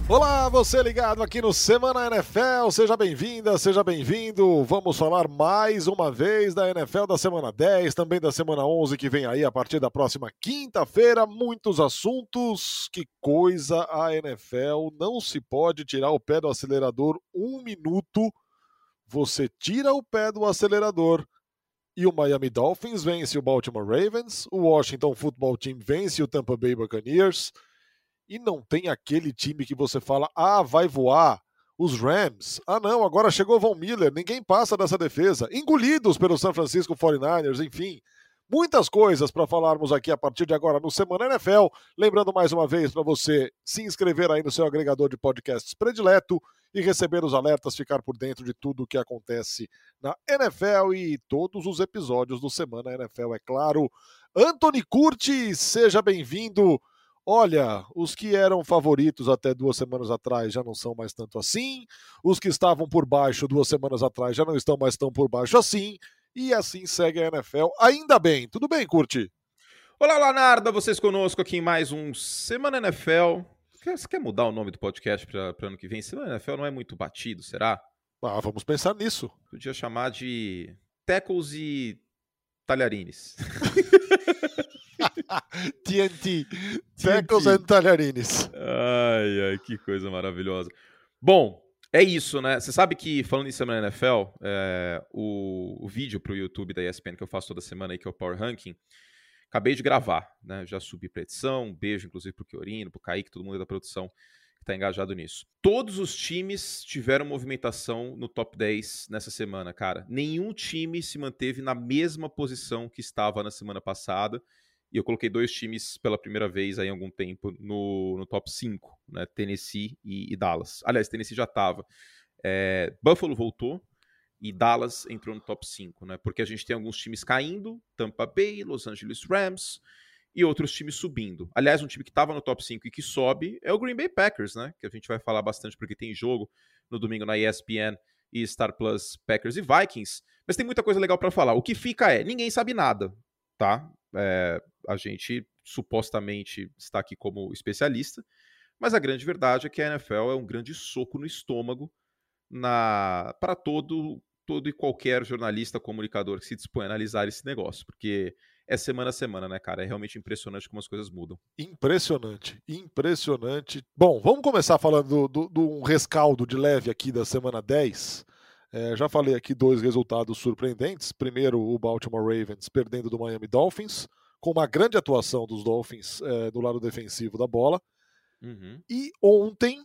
Olá, você ligado aqui no Semana NFL, seja bem-vinda, seja bem-vindo. Vamos falar mais uma vez da NFL da semana 10, também da semana 11 que vem aí a partir da próxima quinta-feira. Muitos assuntos, que coisa a NFL, não se pode tirar o pé do acelerador um minuto. Você tira o pé do acelerador e o Miami Dolphins vence o Baltimore Ravens, o Washington Football Team vence o Tampa Bay Buccaneers. E não tem aquele time que você fala, vai voar, os Rams. Não, agora chegou o Von Miller, ninguém passa dessa defesa. Engolidos pelo San Francisco 49ers, enfim. Muitas coisas para falarmos aqui a partir de agora no Semana NFL. Lembrando mais uma vez para você se inscrever aí no seu agregador de podcasts predileto e receber os alertas, ficar por dentro de tudo o que acontece na NFL e todos os episódios do Semana NFL, é claro. Anthony Curti, seja bem-vindo. Olha, os que eram favoritos até 2 semanas atrás já não são mais tanto assim, os que estavam por baixo 2 semanas atrás já não estão mais tão por baixo assim, e assim segue a NFL. Ainda bem. Tudo bem, Curti? Olá, Leonardo, vocês conosco aqui em mais um Semana NFL. Você quer mudar o nome do podcast para ano que vem? Semana NFL não é muito batido, será? Vamos pensar nisso. Podia chamar de Tackles e Talharines. TNT, Tackles and Talharines. Ai, que coisa maravilhosa. Bom, é isso, né? Você sabe que, falando em Semana NFL, o vídeo pro YouTube da ESPN que eu faço toda semana aí, que é o Power Ranking, acabei de gravar, né? Já subi pra edição, um beijo inclusive pro Chiorino, pro Kaique, todo mundo da produção que tá engajado nisso. Todos os times tiveram movimentação no top 10 nessa semana, cara. Nenhum time se manteve na mesma posição que estava na semana passada. E eu coloquei 2 times pela primeira vez aí em algum tempo no top 5, né? Tennessee e Dallas. Aliás, Tennessee já estava. Buffalo voltou e Dallas entrou no top 5, né? Porque a gente tem alguns times caindo, Tampa Bay, Los Angeles Rams e outros times subindo. Aliás, um time que estava no top 5 e que sobe é o Green Bay Packers, né? Que a gente vai falar bastante porque tem jogo no domingo na ESPN e Star Plus, Packers e Vikings. Mas tem muita coisa legal para falar. O que fica ninguém sabe nada, tá? A gente supostamente está aqui como especialista, mas a grande verdade é que a NFL é um grande soco no estômago para todo e qualquer jornalista, comunicador que se dispõe a analisar esse negócio, porque é semana a semana, né, cara? É realmente impressionante como as coisas mudam. Impressionante, impressionante. Bom, vamos começar falando de um rescaldo de leve aqui da semana 10. Já falei aqui 2 resultados surpreendentes. Primeiro, o Baltimore Ravens perdendo do Miami Dolphins, com uma grande atuação dos Dolphins do lado defensivo da bola. Uhum. E ontem,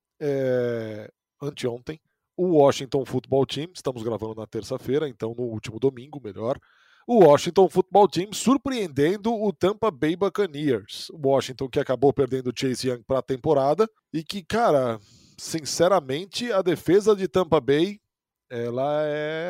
anteontem, o Washington Football Team, estamos gravando na terça-feira, então no último domingo, melhor, o Washington Football Team surpreendendo o Tampa Bay Buccaneers. O Washington que acabou perdendo o Chase Young para a temporada e que, cara, sinceramente, a defesa de Tampa Bay, ela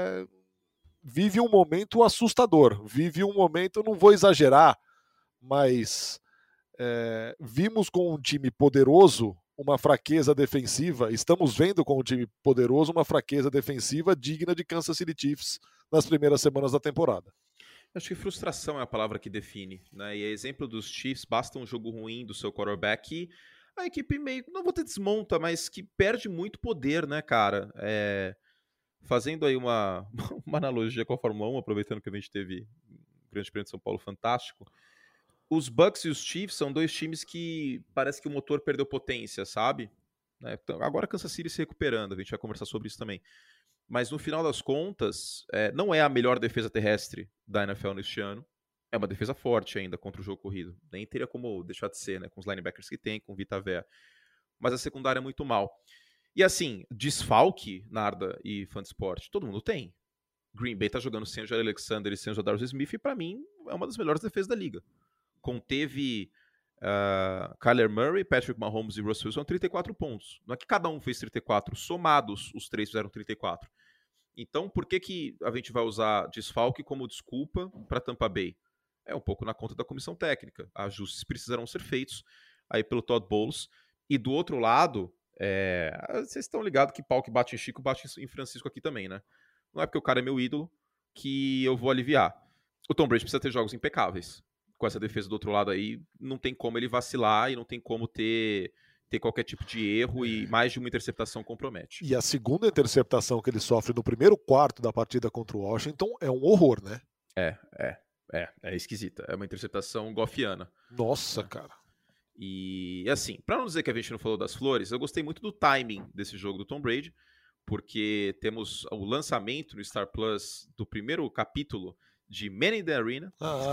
vive um momento assustador. Vive um momento, não vou exagerar, mas vimos com um time poderoso uma fraqueza defensiva, estamos vendo com um time poderoso uma fraqueza defensiva digna de Kansas City Chiefs nas primeiras semanas da temporada. Acho que frustração é a palavra que define, né? E a exemplo dos Chiefs, basta um jogo ruim do seu quarterback e a equipe meio, não vou ter desmonta, mas que perde muito poder, né, cara? Fazendo aí uma analogia com a Fórmula 1, aproveitando que a gente teve um Grande Prêmio de São Paulo fantástico, os Bucks e os Chiefs são 2 times que parece que o motor perdeu potência, sabe? Agora Kansas City se recuperando, a gente vai conversar sobre isso também. Mas no final das contas, não é a melhor defesa terrestre da NFL neste ano. É uma defesa forte ainda contra o jogo corrido. Nem teria como deixar de ser, né? Com os linebackers que tem, com o Vita Vea. Mas a secundária é muito mal. E assim, desfalque, Narda e Fansport, todo mundo tem. Green Bay tá jogando sem o Jair Alexander e sem o Zadarius Smith, e pra mim é uma das melhores defesas da liga. Conteve Kyler Murray, Patrick Mahomes e Russell Wilson 34 pontos. Não é que cada um fez 34, somados os 3 fizeram 34. Então, por que a gente vai usar desfalque como desculpa para Tampa Bay? É um pouco na conta da comissão técnica. Ajustes precisarão ser feitos aí pelo Todd Bowles. E do outro lado, vocês estão ligados que pau que bate em Chico, bate em Francisco aqui também, né? Não é porque o cara é meu ídolo que eu vou aliviar. O Tom Brady precisa ter jogos impecáveis. Com essa defesa do outro lado aí, não tem como ele vacilar e não tem como ter ter qualquer tipo de erro e mais de uma interceptação compromete. E a segunda interceptação que ele sofre no primeiro quarto da partida contra o Washington é um horror, né? É esquisita. É uma interceptação goffiana. Nossa, cara. E assim, para não dizer que a gente não falou das flores, eu gostei muito do timing desse jogo do Tom Brady, porque temos o lançamento no Star Plus do primeiro capítulo de Man in the Arena.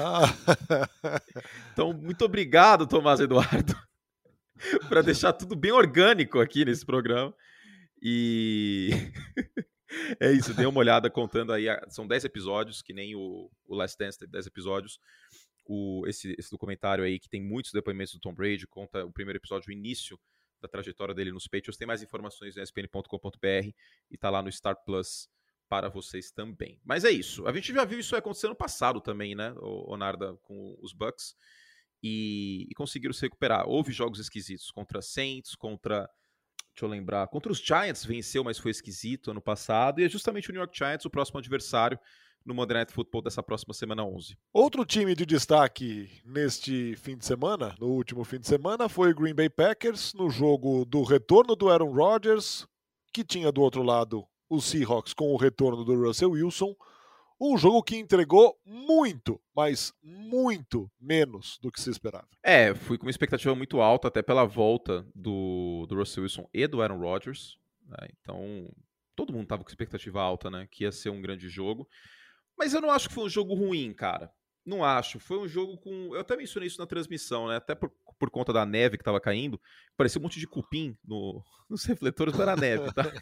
Então, muito obrigado, Tomás Eduardo, para deixar tudo bem orgânico aqui nesse programa. E é isso, dei uma olhada contando aí, são 10 episódios, que nem o Last Dance tem 10 episódios. Esse documentário aí, que tem muitos depoimentos do Tom Brady, conta o primeiro episódio, o início da trajetória dele nos Patriots. Tem mais informações no ESPN.com.br e tá lá no Star Plus para vocês também. Mas é isso. A gente já viu isso acontecer no passado também, né, o Narda, com os Bucks, e conseguiram se recuperar. Houve jogos esquisitos contra Saints, contra os Giants, venceu, mas foi esquisito ano passado, e é justamente o New York Giants o próximo adversário no Monday Night Football dessa próxima semana 11. Outro time de destaque neste fim de semana, no último fim de semana, foi o Green Bay Packers, no jogo do retorno do Aaron Rodgers, que tinha do outro lado os Seahawks com o retorno do Russell Wilson. Um jogo que entregou muito, mas muito menos do que se esperava. Fui com uma expectativa muito alta, até pela volta do Russell Wilson e do Aaron Rodgers, né? Então, todo mundo tava com expectativa alta, né? Que ia ser um grande jogo. Mas eu não acho que foi um jogo ruim, cara. Não acho. Foi um jogo com... Eu até mencionei isso na transmissão, né? Até por conta da neve que tava caindo. Parecia um monte de cupim nos refletores, não era neve, tá?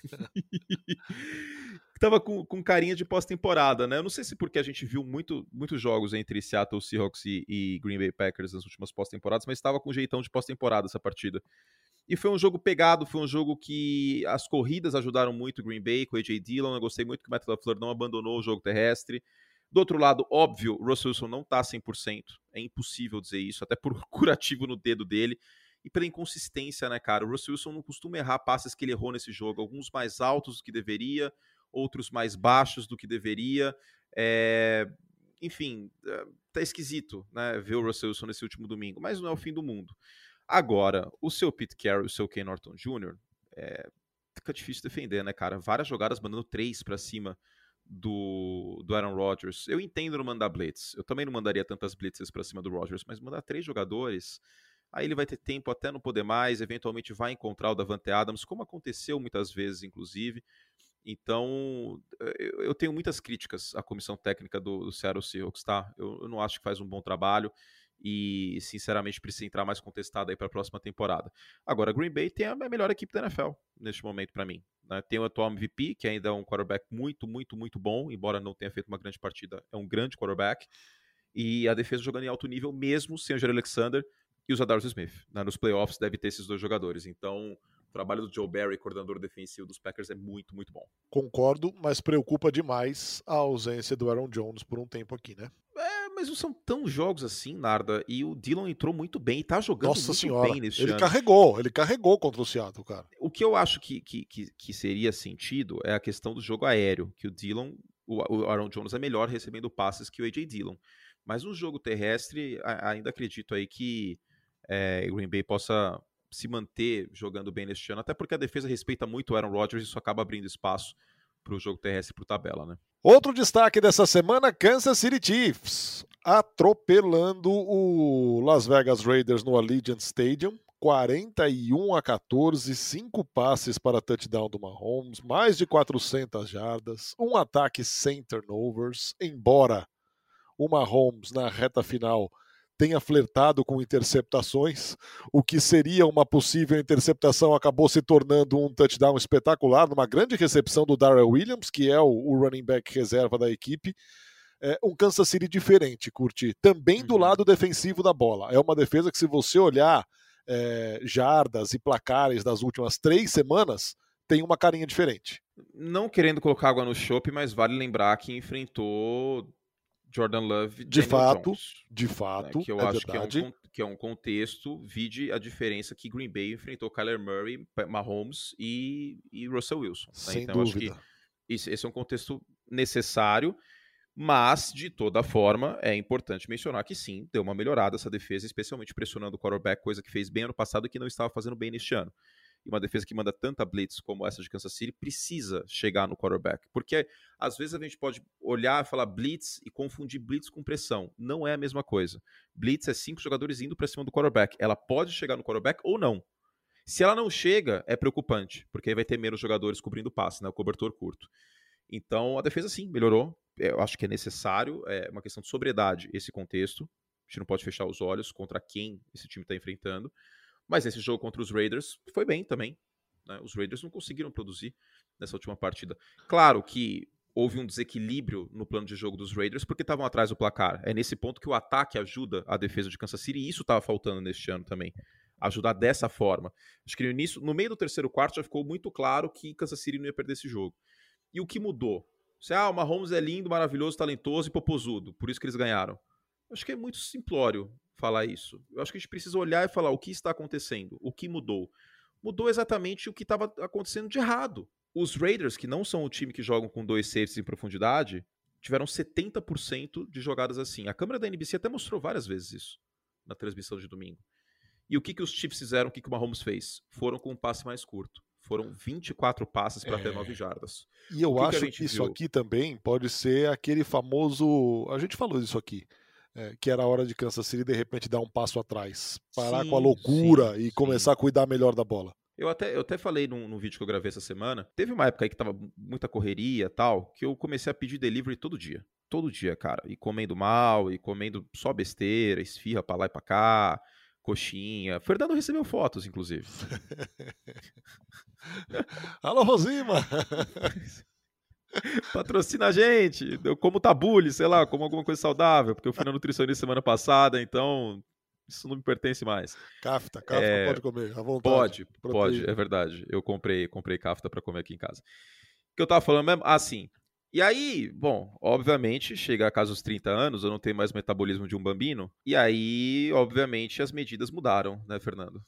Tava com carinha de pós-temporada, né? Eu não sei se porque a gente viu muitos jogos entre Seattle Seahawks e Green Bay Packers nas últimas pós-temporadas, mas estava com jeitão de pós-temporada essa partida. E foi um jogo pegado, foi um jogo que as corridas ajudaram muito o Green Bay, com o A.J. Dillon. Eu gostei muito que o Matt LaFleur não abandonou o jogo terrestre. Do outro lado, óbvio, o Russell Wilson não tá 100%. É impossível dizer isso, até por curativo no dedo dele. E pela inconsistência, né, cara? O Russell Wilson não costuma errar passes que ele errou nesse jogo. Alguns mais altos do que deveria, outros mais baixos do que deveria. Enfim, tá esquisito, né, ver o Russell Wilson nesse último domingo, mas não é o fim do mundo. Agora, o seu Pete Carroll e o seu Ken Norton Jr., fica difícil defender, né, cara? Várias jogadas mandando 3 para cima do Aaron Rodgers. Eu entendo não mandar blitz. Eu também não mandaria tantas blitzes para cima do Rodgers, mas mandar 3 jogadores, aí ele vai ter tempo até não poder mais, eventualmente vai encontrar o Davante Adams, como aconteceu muitas vezes, inclusive. Então, eu tenho muitas críticas à comissão técnica do Seattle Seahawks, tá? Eu não acho que faz um bom trabalho e, sinceramente, precisa entrar mais contestado aí para a próxima temporada. Agora, Green Bay tem a melhor equipe da NFL neste momento para mim, né? Tem o atual MVP, que ainda é um quarterback muito, muito, muito bom, embora não tenha feito uma grande partida, é um grande quarterback. E a defesa jogando em alto nível, mesmo sem o Jair Alexander e o Zadarius Smith, né? Nos playoffs deve ter esses dois jogadores. Então, o trabalho do Joe Barry, coordenador defensivo dos Packers, é muito, muito bom. Concordo, mas preocupa demais a ausência do Aaron Jones por um tempo aqui, né? Mas não são tão jogos assim, Narda. E o Dillon entrou muito bem, tá jogando Nossa muito senhora, bem neste ele ano. carregou contra o Seattle, cara. O que eu acho que seria sentido é a questão do jogo aéreo, que o Dillon, o Aaron Jones é melhor recebendo passes que o A.J. Dillon. Mas no jogo terrestre, ainda acredito aí que o Green Bay possa se manter jogando bem neste ano, até porque a defesa respeita muito o Aaron Rodgers e isso acaba abrindo espaço para o jogo terrestre e para o tabela, né? Outro destaque dessa semana, Kansas City Chiefs, atropelando o Las Vegas Raiders no Allegiant Stadium, 41-14, 5 passes para touchdown do Mahomes, mais de 400 jardas, um ataque sem turnovers, embora o Mahomes na reta final tenha flertado com interceptações, o que seria uma possível interceptação acabou se tornando um touchdown espetacular, numa grande recepção do Darrell Williams, que é o running back reserva da equipe. Um Kansas City diferente, Curti, também do lado defensivo da bola. É uma defesa que, se você olhar jardas e placares das últimas 3 semanas, tem uma carinha diferente. Não querendo colocar água no chope, mas vale lembrar que enfrentou Jordan Love, de fato, né, que eu acho que é um contexto, vide a diferença que Green Bay enfrentou Kyler Murray, Mahomes e Russell Wilson. Né? Sem então dúvida. acho que esse é um contexto necessário, Mas, de toda forma, é importante mencionar que sim, deu uma melhorada essa defesa, especialmente pressionando o quarterback, coisa que fez bem ano passado e que não estava fazendo bem neste ano. E uma defesa que manda tanta blitz como essa de Kansas City precisa chegar no quarterback. Porque, às vezes, a gente pode olhar e falar blitz e confundir blitz com pressão. Não é a mesma coisa. Blitz é 5 jogadores indo para cima do quarterback. Ela pode chegar no quarterback ou não. Se ela não chega, é preocupante, porque aí vai ter menos jogadores cobrindo o passe, né, o cobertor curto. Então, a defesa, sim, melhorou. Eu acho que é necessário, é uma questão de sobriedade esse contexto. A gente não pode fechar os olhos contra quem esse time está enfrentando. Mas esse jogo contra os Raiders foi bem também, né? Os Raiders não conseguiram produzir nessa última partida. Claro que houve um desequilíbrio no plano de jogo dos Raiders porque estavam atrás do placar. É nesse ponto que o ataque ajuda a defesa de Kansas City e isso estava faltando neste ano também. Ajudar dessa forma. Acho que no meio do terceiro quarto já ficou muito claro que Kansas City não ia perder esse jogo. E o que mudou? O Mahomes é lindo, maravilhoso, talentoso e popozudo. Por isso que eles ganharam. Acho que é muito simplório falar isso. Eu acho que a gente precisa olhar e falar o que está acontecendo, o que mudou. Mudou exatamente o que estava acontecendo de errado. Os Raiders, que não são o time que jogam com 2 safeties em profundidade, tiveram 70% de jogadas assim. A câmera da NBC até mostrou várias vezes isso na transmissão de domingo. E o que os Chiefs fizeram, o que o Mahomes fez? Foram com um passe mais curto. Foram 24 passes para ter 9 jardas. E eu acho que isso aqui também pode ser aquele famoso... A gente falou disso aqui. Que era a hora de Kansas City de repente dar um passo atrás. Parar com a loucura e começar a cuidar melhor da bola. Eu até falei num vídeo que eu gravei essa semana. Teve uma época aí que tava muita correria e tal, que eu comecei a pedir delivery todo dia. Todo dia, cara. E comendo mal, e comendo só besteira, esfirra pra lá e pra cá, coxinha. Fernando recebeu fotos, inclusive. Alô, Rosima! Patrocina a gente. Eu como tabule, sei lá, como alguma coisa saudável, porque eu fui na nutricionista semana passada, então isso não me pertence mais. Kafta pode comer, à vontade. Pode, é verdade. Eu comprei kafta pra comer aqui em casa. O que eu tava falando mesmo? Sim. E aí, bom, obviamente, chega a casa dos 30 anos, eu não tenho mais o metabolismo de um bambino, e aí, obviamente, as medidas mudaram, né, Fernando?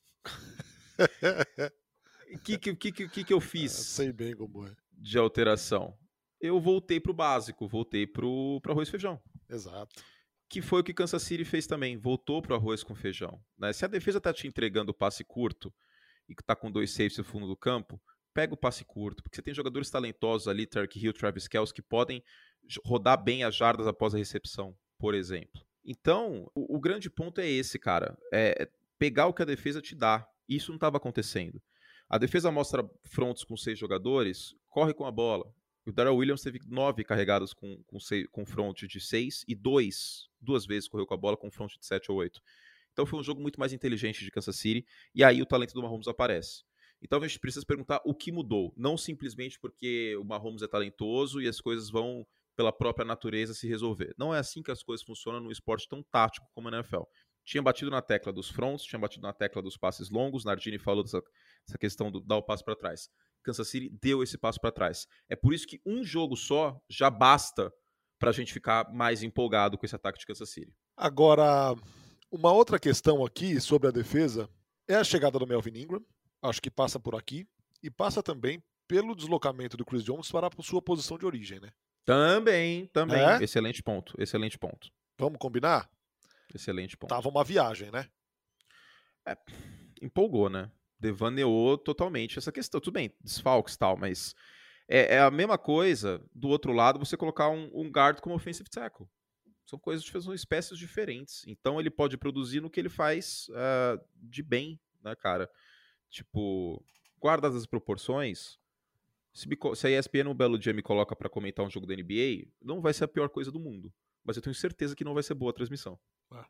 O que eu fiz? Sei bem como é. De alteração. Eu voltei pro básico, voltei pro arroz e feijão. Exato. Que foi o que Kansas City fez também, voltou pro arroz com feijão. Né? Se a defesa tá te entregando o passe curto e tá com 2 safes no fundo do campo, pega o passe curto, porque você tem jogadores talentosos ali, Tyreek Hill, Travis Kelce, que podem rodar bem as jardas após a recepção, por exemplo. Então, o grande ponto é esse, cara, é pegar o que a defesa te dá. Isso não estava acontecendo. A defesa mostra fronts com 6 jogadores, corre com a bola. O Darrell Williams teve 9 carregadas com front de 6 e 2 vezes correu com a bola com front de 7 ou 8. Então foi um jogo muito mais inteligente de Kansas City e aí o talento do Mahomes aparece. Então a gente precisa perguntar o que mudou. Não simplesmente porque o Mahomes é talentoso e as coisas vão pela própria natureza se resolver. Não é assim que as coisas funcionam num esporte tão tático como a NFL. Tinha batido na tecla dos fronts, tinha batido na tecla dos passes longos, Nardini falou dessa questão do dar o passo para trás. Kansas City deu esse passo para trás. É por isso que um jogo só já basta para a gente ficar mais empolgado com esse ataque de Kansas City. Agora, uma outra questão aqui sobre a defesa é a chegada do Melvin Ingram. Acho que passa por aqui. E passa também pelo deslocamento do Chris Jones para a sua posição de origem, né? Também. É? Excelente ponto. Vamos combinar? Excelente ponto. Tava uma viagem, né? Empolgou, né? Devaneou totalmente essa questão. Tudo bem, desfalques e tal, mas é a mesma coisa do outro lado você colocar um guard como offensive tackle. São coisas, são espécies diferentes. Então ele pode produzir no que ele faz de bem, né, cara? Tipo, guardadas as proporções, se a ESPN um belo dia me coloca pra comentar um jogo da NBA, não vai ser a pior coisa do mundo. Mas eu tenho certeza que não vai ser boa a transmissão.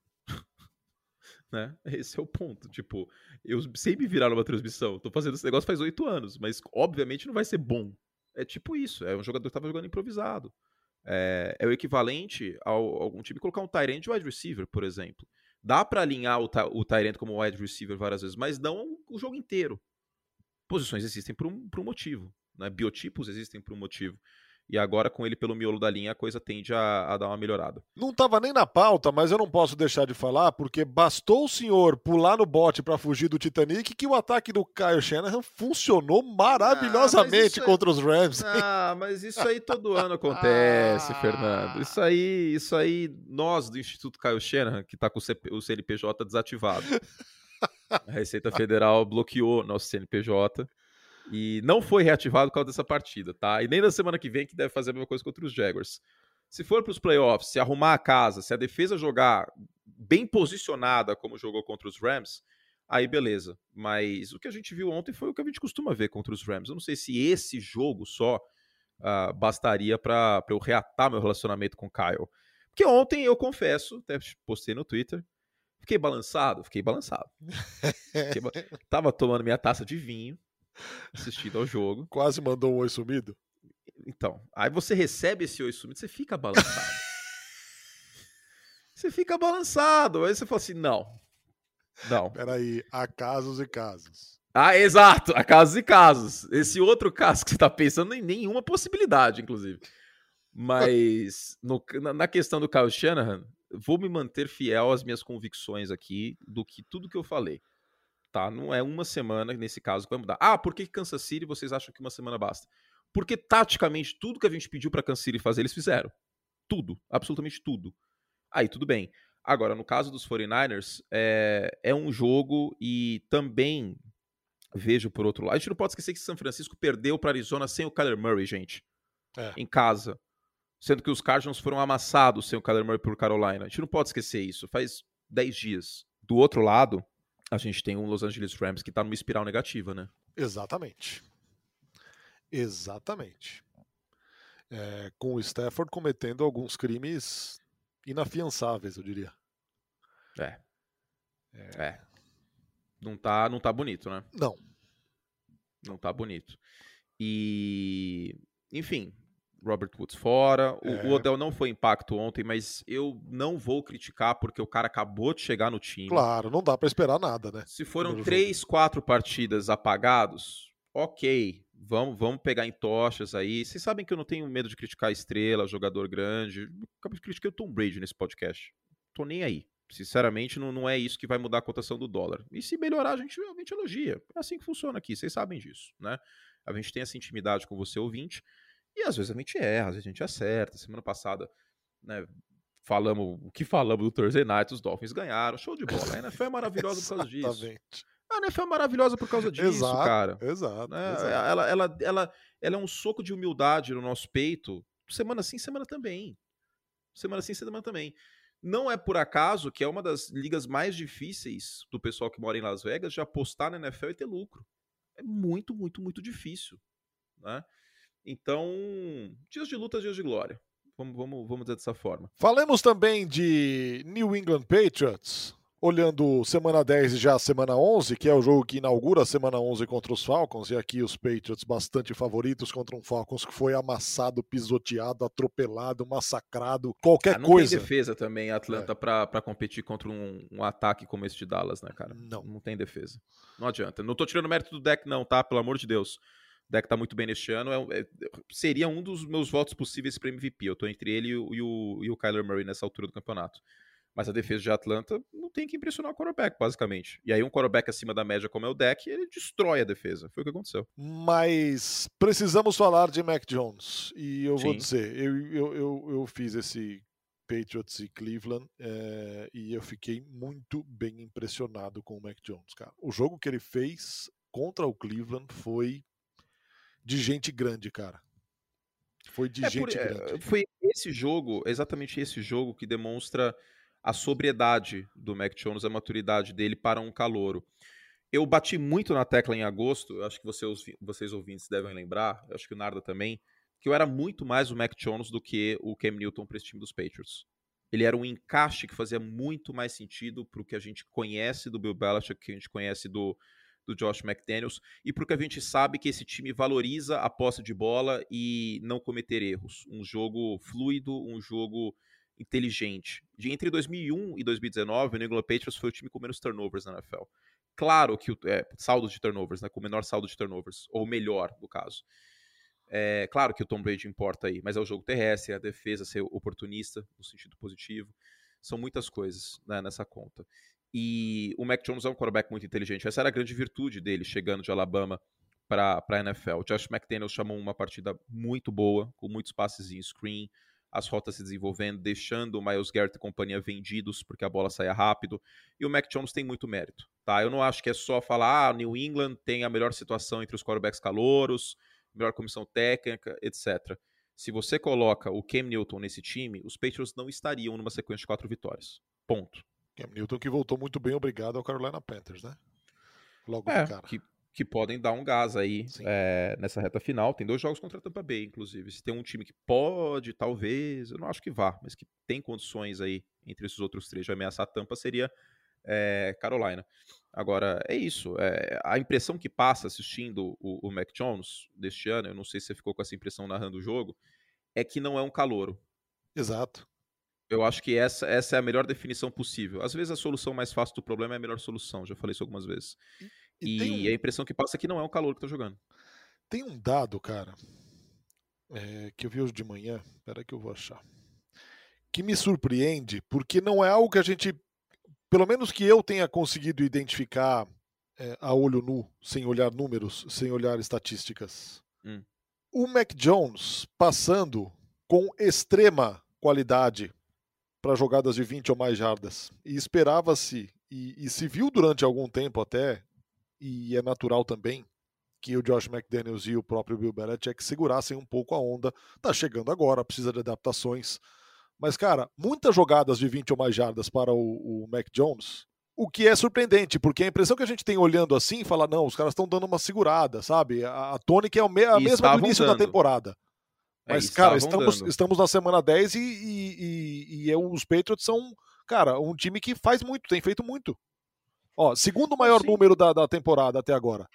Né? Esse é o ponto. Tipo, eu sei me virar numa transmissão. Tô fazendo esse negócio faz 8 anos, mas obviamente não vai ser bom. É tipo isso. É um jogador que tava jogando improvisado. É o equivalente a algum time colocar um tight end de wide receiver, por exemplo. Dá pra alinhar o tight end como wide receiver várias vezes, mas não o jogo inteiro. Posições existem por um motivo. Né? Biotipos existem por um motivo. E agora, com ele pelo miolo da linha, a coisa tende a dar uma melhorada. Não estava nem na pauta, mas eu não posso deixar de falar, porque bastou o senhor pular no bote para fugir do Titanic que o ataque do Kyle Shanahan funcionou maravilhosamente contra os Rams. Mas isso aí todo ano acontece, Fernando. Isso aí, nós do Instituto Kyle Shanahan, que está com o CNPJ desativado. A Receita Federal bloqueou nosso CNPJ. E não foi reativado por causa dessa partida, tá? E nem na semana que vem que deve fazer a mesma coisa contra os Jaguars. Se for para os playoffs, se arrumar a casa, se a defesa jogar bem posicionada como jogou contra os Rams, aí beleza. Mas o que a gente viu ontem foi o que a gente costuma ver contra os Rams. Eu não sei se esse jogo só bastaria para eu reatar meu relacionamento com o Kyle. Porque ontem, eu confesso, até postei no Twitter, fiquei balançado. Tava tomando minha taça de vinho, assistindo ao jogo. Quase mandou um oi sumido. Então, aí você recebe esse oi sumido, você fica balançado. Aí você fala assim, não. Peraí, há casos e casos. Exato, há casos e casos. Esse outro caso que você tá pensando em nenhuma possibilidade, inclusive. Mas na questão do Kyle Shanahan, vou me manter fiel às minhas convicções aqui do que tudo que eu falei. Tá? Não é uma semana, nesse caso, que vai mudar. Por que Kansas City vocês acham que uma semana basta? Porque, taticamente, tudo que a gente pediu pra Kansas City fazer, eles fizeram. Tudo. Absolutamente tudo. Aí, tudo bem. Agora, no caso dos 49ers, é um jogo e também vejo por outro lado. A gente não pode esquecer que São Francisco perdeu pra Arizona sem o Kyler Murray, gente. Em casa. Sendo que os Cardinals foram amassados sem o Kyler Murray por Carolina. A gente não pode esquecer isso. Faz 10 dias. Do outro lado, a gente tem um Los Angeles Rams que tá numa espiral negativa, né? Exatamente. Com o Stafford cometendo alguns crimes inafiançáveis, eu diria. Não tá bonito, né? Não tá bonito. E, enfim, Robert Woods fora. O Odell não foi impacto ontem, mas eu não vou criticar porque o cara acabou de chegar no time. Claro, não dá pra esperar nada, né? Se foram 3, 4 partidas apagados, ok, vamos pegar em tochas aí. Vocês sabem que eu não tenho medo de criticar estrela, jogador grande. Eu critiquei o Tom Brady nesse podcast. Tô nem aí. Sinceramente, não é isso que vai mudar a cotação do dólar. E se melhorar, a gente elogia. É assim que funciona aqui, vocês sabem disso, né? A gente tem essa intimidade com você, ouvinte, e às vezes a gente erra, às vezes a gente acerta. Semana passada, né, o que falamos do Thursday Night, os Dolphins ganharam, show de bola. A NFL é maravilhosa por causa disso. A NFL é maravilhosa por causa disso, cara. Exato. Ela é um soco de humildade no nosso peito, semana sim, semana também. Semana sim, semana também. Não é por acaso que é uma das ligas mais difíceis do pessoal que mora em Las Vegas de apostar na NFL e ter lucro. É muito, muito, muito difícil, né? Então, dias de luta, dias de glória. Vamos dizer dessa forma. Falemos também de New England Patriots, olhando semana 10 e já a semana 11, que é o jogo que inaugura a semana 11 contra os Falcons, e aqui os Patriots bastante favoritos contra um Falcons que foi amassado, pisoteado, atropelado, massacrado, qualquer não coisa. Não tem defesa também, Atlanta, pra competir contra um ataque como esse de Dallas, né, cara? Não tem defesa. Não adianta. Não tô tirando mérito do deck não, tá? Pelo amor de Deus. O deck tá muito bem neste ano. Seria um dos meus votos possíveis para MVP. Eu tô entre ele e o Kyler Murray nessa altura do campeonato. Mas a defesa de Atlanta não tem que impressionar o quarterback, basicamente. E aí um quarterback acima da média como é o deck, ele destrói a defesa. Foi o que aconteceu. Mas precisamos falar de Mac Jones. E eu vou dizer, eu fiz esse Patriots e Cleveland e eu fiquei muito bem impressionado com o Mac Jones, cara. O jogo que ele fez contra o Cleveland foi de gente grande, cara. Foi de gente grande. Foi exatamente esse jogo que demonstra a sobriedade do Mac Jones, a maturidade dele para um calouro. Eu bati muito na tecla em agosto, acho que vocês ouvintes devem lembrar, acho que o Narda também, que eu era muito mais o Mac Jones do que o Cam Newton para esse time dos Patriots. Ele era um encaixe que fazia muito mais sentido para o que a gente conhece do Bill Belichick, que a gente conhece do Josh McDaniels, e porque a gente sabe que esse time valoriza a posse de bola e não cometer erros. Um jogo fluido, um jogo inteligente. Entre 2001 e 2019, o New England Patriots foi o time com menos turnovers na NFL. Claro que saldo de turnovers, né, com o menor saldo de turnovers, ou melhor, no caso. Claro que o Tom Brady importa aí, mas é o jogo terrestre, é a defesa, ser oportunista, no sentido positivo. São muitas coisas, né, nessa conta. E o Mac Jones é um quarterback muito inteligente. Essa era a grande virtude dele, chegando de Alabama para a NFL. O Josh McDaniels chamou uma partida muito boa, com muitos passes em screen, as rotas se desenvolvendo, deixando o Myles Garrett e companhia vendidos, porque a bola saia rápido. E o Mac Jones tem muito mérito, tá? Eu não acho que é só falar, New England tem a melhor situação entre os quarterbacks calouros, melhor comissão técnica, etc. Se você coloca o Cam Newton nesse time, os Patriots não estariam numa sequência de 4 vitórias. Ponto. Cam Newton que voltou muito bem, obrigado ao Carolina Panthers, né? Logo de cara. Que podem dar um gás aí nessa reta final. Tem 2 jogos contra a Tampa Bay, inclusive. Se tem um time que pode, talvez, eu não acho que vá, mas que tem condições aí entre esses outros 3 de ameaçar a Tampa, seria Carolina. Agora, é isso. A impressão que passa assistindo o Mac Jones deste ano, eu não sei se você ficou com essa impressão narrando o jogo, é que não é um calouro. Exato. Eu acho que essa é a melhor definição possível. Às vezes a solução mais fácil do problema é a melhor solução, já falei isso algumas vezes. E a impressão que passa é que não é um calouro que tá jogando. Tem um dado, cara, que eu vi hoje de manhã, espera que eu vou achar, que me surpreende, porque não é algo que a gente, pelo menos que eu tenha conseguido identificar a olho nu, sem olhar números, sem olhar estatísticas. O Mac Jones passando com extrema qualidade para jogadas de 20 ou mais jardas. E esperava-se, e se viu durante algum tempo até, e é natural também, que o Josh McDaniels e o próprio Bill Belichick segurassem um pouco a onda. Tá chegando agora, precisa de adaptações. Mas, cara, muitas jogadas de 20 ou mais jardas para o Mac Jones, o que é surpreendente, porque a impressão que a gente tem olhando assim, fala, não, os caras estão dando uma segurada, sabe? A tônica é a mesma do início da temporada. Mas, cara, estamos na semana 10 e os Patriots são, cara, um time que faz muito, tem feito muito. Ó, segundo maior número da temporada até agora,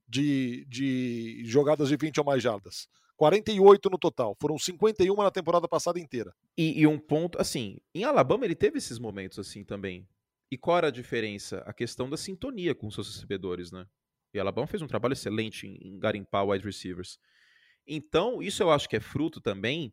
de jogadas de 20 ou mais jardas. 48 no total. Foram 51 na temporada passada inteira. E um ponto, assim, em Alabama ele teve esses momentos assim também. E qual era a diferença? A questão da sintonia com os seus recebedores, né? E Alabama fez um trabalho excelente em garimpar wide receivers. Então, isso eu acho que é fruto também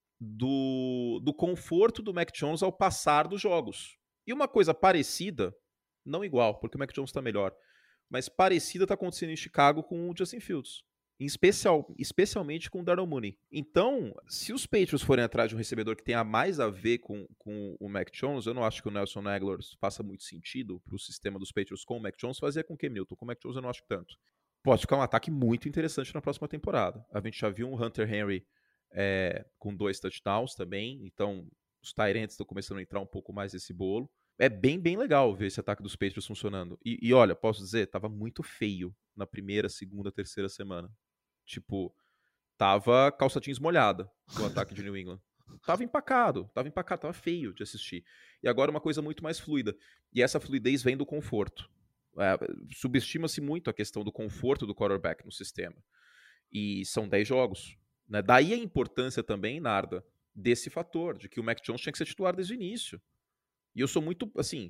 do conforto do Mac Jones ao passar dos jogos. E uma coisa parecida, não igual, porque o Mac Jones está melhor, mas parecida está acontecendo em Chicago com o Justin Fields. Especialmente com o Darnell Mooney. Então, se os Patriots forem atrás de um recebedor que tenha mais a ver com o Mac Jones, eu não acho que o Nelson Aguilar faça muito sentido para o sistema dos Patriots com o Mac Jones, fazia com o Cam Newton. Com o Mac Jones eu não acho tanto. Pode ficar um ataque muito interessante na próxima temporada. A gente já viu um Hunter Henry com 2 touchdowns também, então os Tyrants estão começando a entrar um pouco mais nesse bolo. É bem, bem legal ver esse ataque dos Patriots funcionando. E olha, posso dizer, tava muito feio na primeira, segunda, terceira semana. Tipo, tava calça jeans molhada no ataque de New England. Tava empacado, tava feio de assistir. E agora uma coisa muito mais fluida. E essa fluidez vem do conforto. Subestima-se muito a questão do conforto do quarterback no sistema. E são 10 jogos. Né? Daí a importância também, Narda, desse fator, de que o Mac Jones tinha que ser titular desde o início. E eu sou muito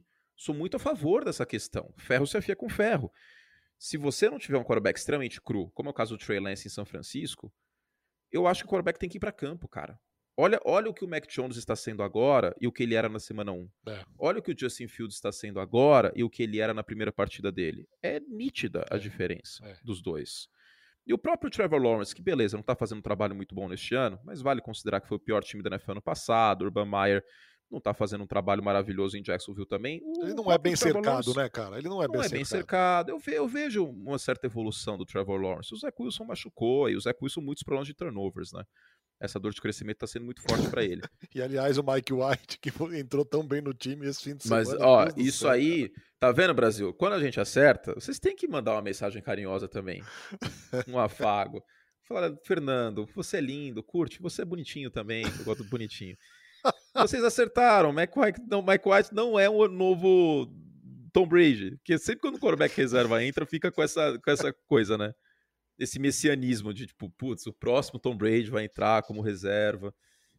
a favor dessa questão. Ferro se afia com ferro. Se você não tiver um quarterback extremamente cru, como é o caso do Trey Lance em São Francisco, eu acho que o quarterback tem que ir para campo, cara. Olha o que o Mac Jones está sendo agora e o que ele era na semana 1. Olha o que o Justin Fields está sendo agora e o que ele era na primeira partida dele. É nítida a diferença dos dois. E o próprio Trevor Lawrence, que beleza, não está fazendo um trabalho muito bom neste ano, mas vale considerar que foi o pior time da NFL ano passado. Urban Meyer não tá fazendo um trabalho maravilhoso em Jacksonville também. Ele não é bem cercado, né, cara? Ele não é bem cercado. Eu vejo uma certa evolução do Trevor Lawrence. O Zach Wilson machucou, e o Zach Wilson muitos problemas de turnovers, né? Essa dor de crescimento tá sendo muito forte para ele. E, aliás, o Mike White, que entrou tão bem no time esse fim de semana. Mas, ó, isso aí, tá vendo, Brasil? Quando a gente acerta, vocês têm que mandar uma mensagem carinhosa também. Um afago. Falar, Fernando, você é lindo, curte, você é bonitinho também, eu gosto do bonitinho. Vocês acertaram. Mike White não é um novo Tom Brady. Porque sempre quando o quarterback reserva entra, fica com essa coisa, né? Esse messianismo de tipo, putz, o próximo Tom Brady vai entrar como reserva.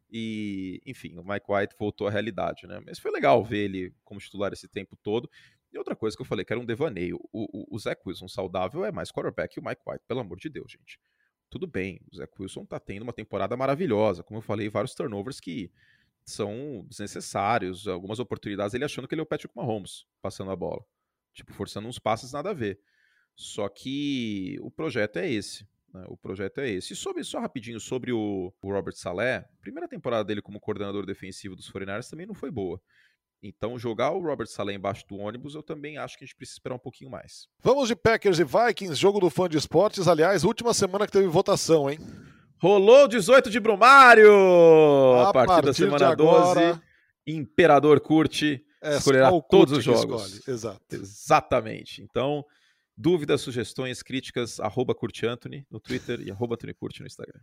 E, enfim, o Mike White voltou à realidade, né? Mas foi legal ver ele como titular esse tempo todo. E outra coisa que eu falei, que era um devaneio. O Zach Wilson saudável é mais quarterback que o Mike White, pelo amor de Deus, gente. tudo bem, o Zach Wilson tá tendo uma temporada maravilhosa, como eu falei, vários turnovers que são desnecessários, algumas oportunidades ele achando que ele é o Patrick Mahomes, passando a bola, tipo, forçando uns passes nada a ver. Só que o projeto é esse, né? O projeto é esse. E só rapidinho sobre o Robert Saleh, a primeira temporada dele como coordenador defensivo dos 49ers também não foi boa. Então, jogar o Robert Saleh embaixo do ônibus, eu também acho que a gente precisa esperar um pouquinho mais. Vamos de Packers e Vikings, jogo do Fã de Esportes. Aliás, última semana que teve votação, hein? Rolou 18 de Brumário! A partir da semana agora, 12, Imperador Curti escolherá todos os jogos. Escolhe. Exato. Exatamente. Então, dúvidas, sugestões, críticas, @CurtiAnthony no Twitter e @AnthonyCurti no Instagram.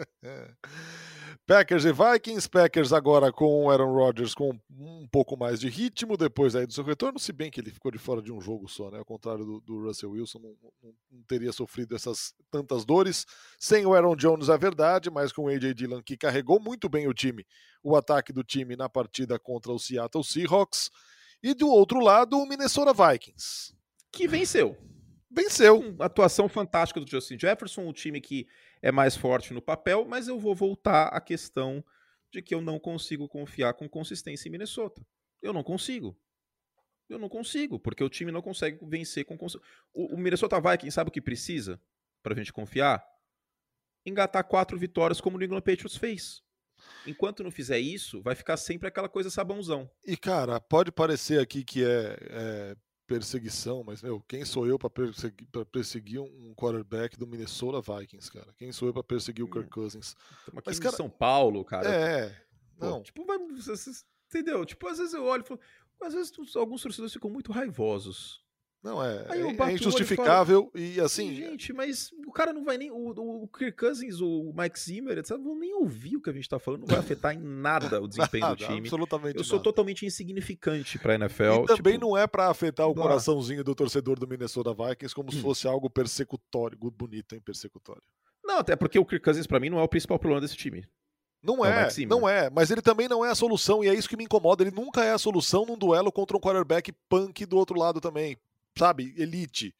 Packers e Vikings, Packers agora com o Aaron Rodgers com um pouco mais de ritmo depois aí do seu retorno, se bem que ele ficou de fora de um jogo só, né? Ao contrário do Russell Wilson, não teria sofrido essas tantas dores. Sem o Aaron Jones é verdade, mas com o A.J. Dillon, que carregou muito bem o ataque do time na partida contra o Seattle Seahawks. E do outro lado, o Minnesota Vikings. Que venceu. Venceu. Atuação fantástica do Justin Jefferson, um time que é mais forte no papel, mas eu vou voltar à questão de que eu não consigo confiar com consistência em Minnesota. Eu não consigo, porque o time não consegue vencer com consistência. O Minnesota Vikings sabe o que precisa pra gente confiar? Engatar 4 vitórias como o New England Patriots fez. Enquanto não fizer isso, vai ficar sempre aquela coisa sabãozão. E, cara, pode parecer aqui que é perseguição, mas, meu, quem sou eu para perseguir um quarterback do Minnesota Vikings, cara? Quem sou eu para perseguir o Kirk Cousins? Estamos aqui Mas, em cara, São Paulo, cara. Não. Pô, tipo, entendeu? Tipo, às vezes eu olho e falo, às vezes alguns torcedores ficam muito raivosos. Não, é injustificável e assim... Gente, mas o cara não vai nem... O Kirk Cousins, o Mike Zimmer, etc., não vão nem ouvir o que a gente tá falando, não vai afetar em nada o desempenho do time. Absolutamente eu sou nada. totalmente insignificante pra NFL. E também não é pra afetar o coraçãozinho do torcedor do Minnesota Vikings como se fosse algo persecutório, bonito, hein, persecutório. Não, até porque o Kirk Cousins pra mim não é o principal problema desse time. Não é, mas ele também não é a solução, e é isso que me incomoda. Ele nunca é a solução num duelo contra um quarterback punk do outro lado também, sabe? Elite.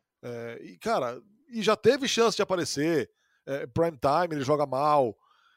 E, cara, já teve chance de aparecer. Prime time, ele joga mal.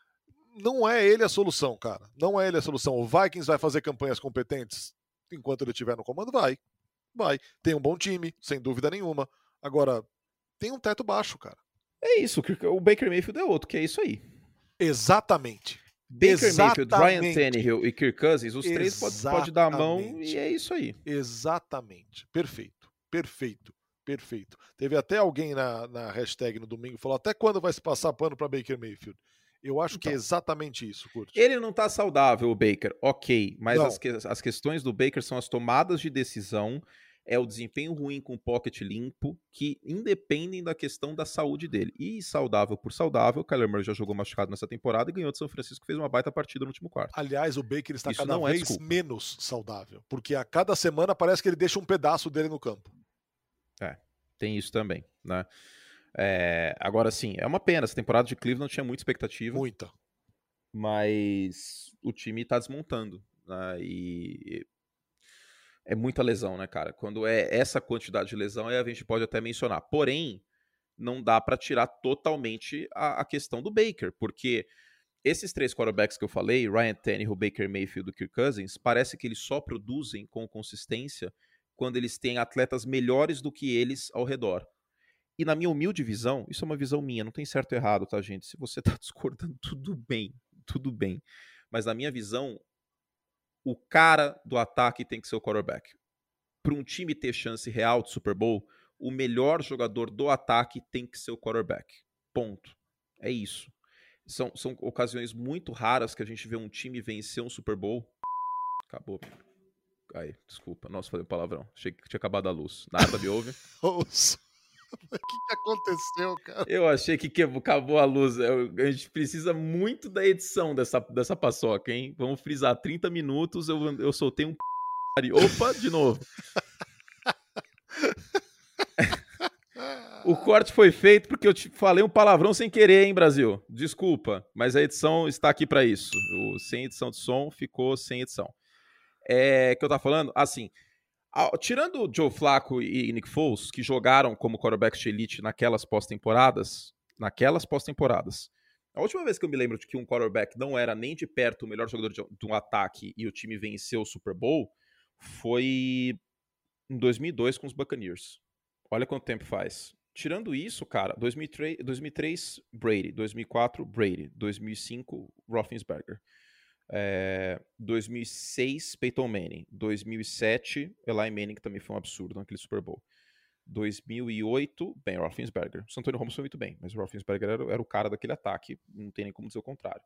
Não é ele a solução, cara. Não é ele a solução. O Vikings vai fazer campanhas competentes enquanto ele estiver no comando? Vai. Tem um bom time, sem dúvida nenhuma. Agora, tem um teto baixo, cara. É isso, o Baker Mayfield é outro, que é isso aí. Exatamente. Baker Mayfield, Ryan Tannehill e Kirk Cousins, os três pode dar a mão e é isso aí. Exatamente. Perfeito. Teve até alguém na hashtag no domingo que falou: até quando vai se passar pano para Baker Mayfield? Eu acho que é exatamente isso, Curti. Ele não tá saudável, o Baker, ok, mas as questões do Baker são as tomadas de decisão, é o desempenho ruim com o pocket limpo, que independem da questão da saúde dele. E saudável por saudável, o Kyler Murray já jogou machucado nessa temporada e ganhou de São Francisco, fez uma baita partida no último quarto. Aliás, o Baker está cada vez menos saudável, porque a cada semana parece que ele deixa um pedaço dele no campo. Tem isso também, né? Agora sim, é uma pena, essa temporada de Cleveland tinha muita expectativa. Muita. Mas o time tá desmontando, né? E é muita lesão, né, cara? Quando é essa quantidade de lesão, aí a gente pode até mencionar. Porém, não dá pra tirar totalmente a questão do Baker, porque esses 3 quarterbacks que eu falei, Ryan Tannehill, Baker Mayfield e Kirk Cousins, parece que eles só produzem com consistência quando eles têm atletas melhores do que eles ao redor. E na minha humilde visão, isso é uma visão minha, não tem certo ou errado, tá, gente? Se você tá discordando, tudo bem. Mas na minha visão, o cara do ataque tem que ser o quarterback. Para um time ter chance real de Super Bowl, o melhor jogador do ataque tem que ser o quarterback. Ponto. É isso. São ocasiões muito raras que a gente vê um time vencer um Super Bowl. Acabou. Ai, desculpa. Nossa, falei um palavrão. Achei que tinha acabado a luz. Nada me ouve? O que aconteceu, cara? Eu achei que acabou a luz. A gente precisa muito da edição dessa paçoca, hein? Vamos frisar 30 minutos, eu soltei um Opa, de novo. O corte foi feito porque eu te falei um palavrão sem querer, hein, Brasil? Desculpa, mas a edição está aqui para isso. Sem edição de som, ficou sem edição. Que eu tava falando? Assim, tirando o Joe Flacco e Nick Foles, que jogaram como quarterbacks de elite naquelas pós-temporadas, naquelas pós-temporadas. A última vez que eu me lembro de que um quarterback não era nem de perto o melhor jogador de um ataque e o time venceu o Super Bowl foi em 2002 com os Buccaneers. Olha quanto tempo faz. Tirando isso, cara, 2003 Brady, 2004 Brady, 2005 Roethlisberger, 2006 Peyton Manning, 2007 Eli Manning, que também foi um absurdo naquele Super Bowl. 2008, Ben Roethlisberger. O Santonio Holmes foi muito bem, mas o Roethlisberger era o cara daquele ataque, não tem nem como dizer o contrário.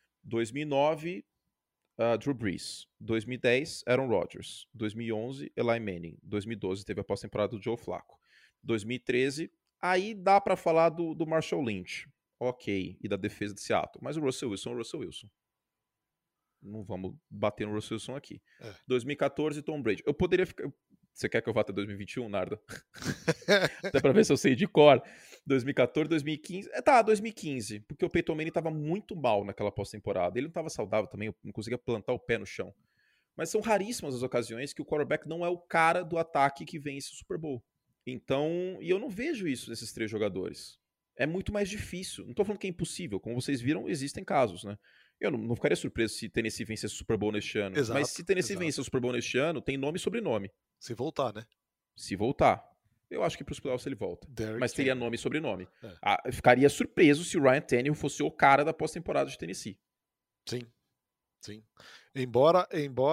2009, Drew Brees. 2010, Aaron Rodgers. 2011, Eli Manning. 2012, teve a pós-temporada do Joe Flacco. 2013, aí dá pra falar do Marshall Lynch. Ok, e da defesa de Seattle. Mas o Russell Wilson é o Russell Wilson. Não vamos bater no Russell Wilson aqui. 2014, Tom Brady. Eu poderia ficar... Você quer que eu vá até 2021, Nardo? Até pra ver se eu sei de cor. 2014, 2015... 2015. Porque o Peyton Manning tava muito mal naquela pós-temporada. Ele não tava saudável também, não conseguia plantar o pé no chão. Mas são raríssimas as ocasiões que o quarterback não é o cara do ataque que vence o Super Bowl. Então, e eu não vejo isso nesses três jogadores. É muito mais difícil. Não tô falando que é impossível. Como vocês viram, existem casos, né? Eu não ficaria surpreso se Tennessee vencesse o Super Bowl neste ano. Exato, mas se Tennessee vencer o Super Bowl neste ano, tem nome e sobrenome. Se voltar, né? Se voltar. Eu acho que pros playoffs ele volta. Derrick mas teria Henry. nome e sobrenome. Eu ficaria surpreso se o Ryan Tannehill fosse o cara da pós-temporada de Tennessee. Sim. Embora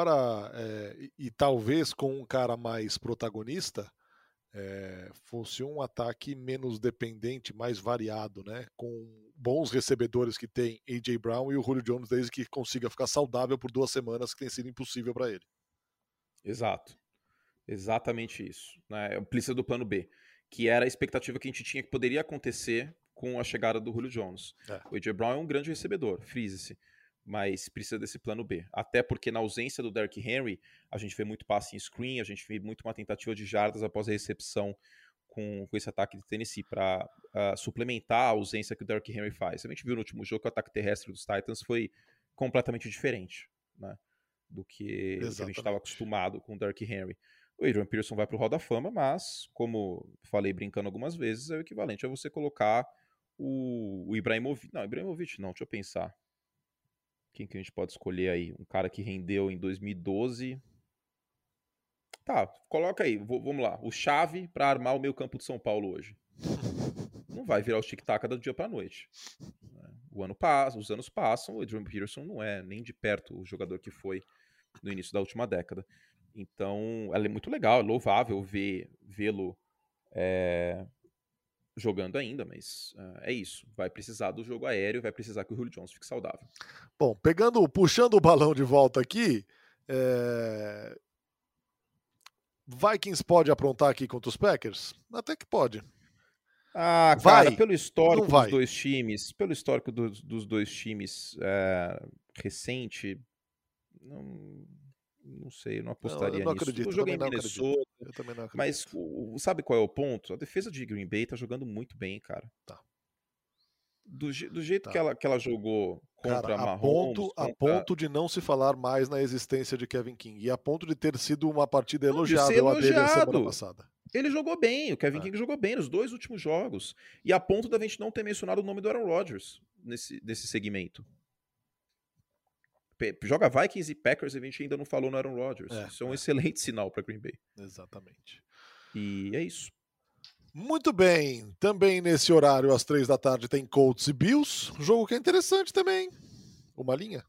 e talvez com um cara mais protagonista, fosse um ataque menos dependente, mais variado, né? Com bons recebedores que tem A.J. Brown e o Julio Jones, desde que consiga ficar saudável por 2 semanas, que tem sido impossível para ele. Exato. Exatamente isso. Né? Precisa do plano B, que era a expectativa que a gente tinha que poderia acontecer com a chegada do Julio Jones. O A.J. Brown é um grande recebedor, frise-se, mas precisa desse plano B. Até porque na ausência do Derrick Henry, a gente vê muito passe em screen, a gente vê muito uma tentativa de jardas após a recepção com esse ataque de Tennessee para suplementar a ausência que o Derrick Henry faz. A gente viu no último jogo que o ataque terrestre dos Titans foi completamente diferente, né, do que a gente estava acostumado com o Derrick Henry. O Adrian Peterson vai para o Hall da Fama, mas, como falei brincando algumas vezes, é o equivalente a você colocar o Ibrahimovic. Não, Ibrahimovic não, deixa eu pensar. Quem que a gente pode escolher aí? Um cara que rendeu em 2012. Tá, coloca aí, vamos lá. O chave para armar o meio campo de São Paulo hoje. Não vai virar o tic-tac do dia para noite. O ano passa, os anos passam, o Adrian Peterson não é nem de perto o jogador que foi no início da última década. Então, ela é muito legal, é louvável vê-lo jogando ainda, mas é isso. Vai precisar do jogo aéreo, vai precisar que o Julio Jones fique saudável. Bom, puxando o balão de volta aqui, Vikings pode aprontar aqui contra os Packers? Até que pode. Cara, pelo histórico dos dois times, dos dois times recente, não sei, eu não apostaria eu não nisso. acredito, Eu joguei em Minnesota, eu também não acredito. Mas sabe qual é o ponto? A defesa de Green Bay tá jogando muito bem, cara. Tá. Do jeito que ela jogou contra a Mahomes... A ponto de não se falar mais na existência de Kevin King. E a ponto de ter sido uma partida elogiável a dele a semana passada. Ele jogou bem, o Kevin King jogou bem nos 2 últimos jogos. E a ponto da gente não ter mencionado o nome do Aaron Rodgers nesse segmento. Joga Vikings e Packers e a gente ainda não falou no Aaron Rodgers. Isso é um excelente sinal para Green Bay. Exatamente. E é isso. Muito bem. Também nesse horário, às 3 da tarde, tem Colts e Bills. Jogo que é interessante também. Uma linha.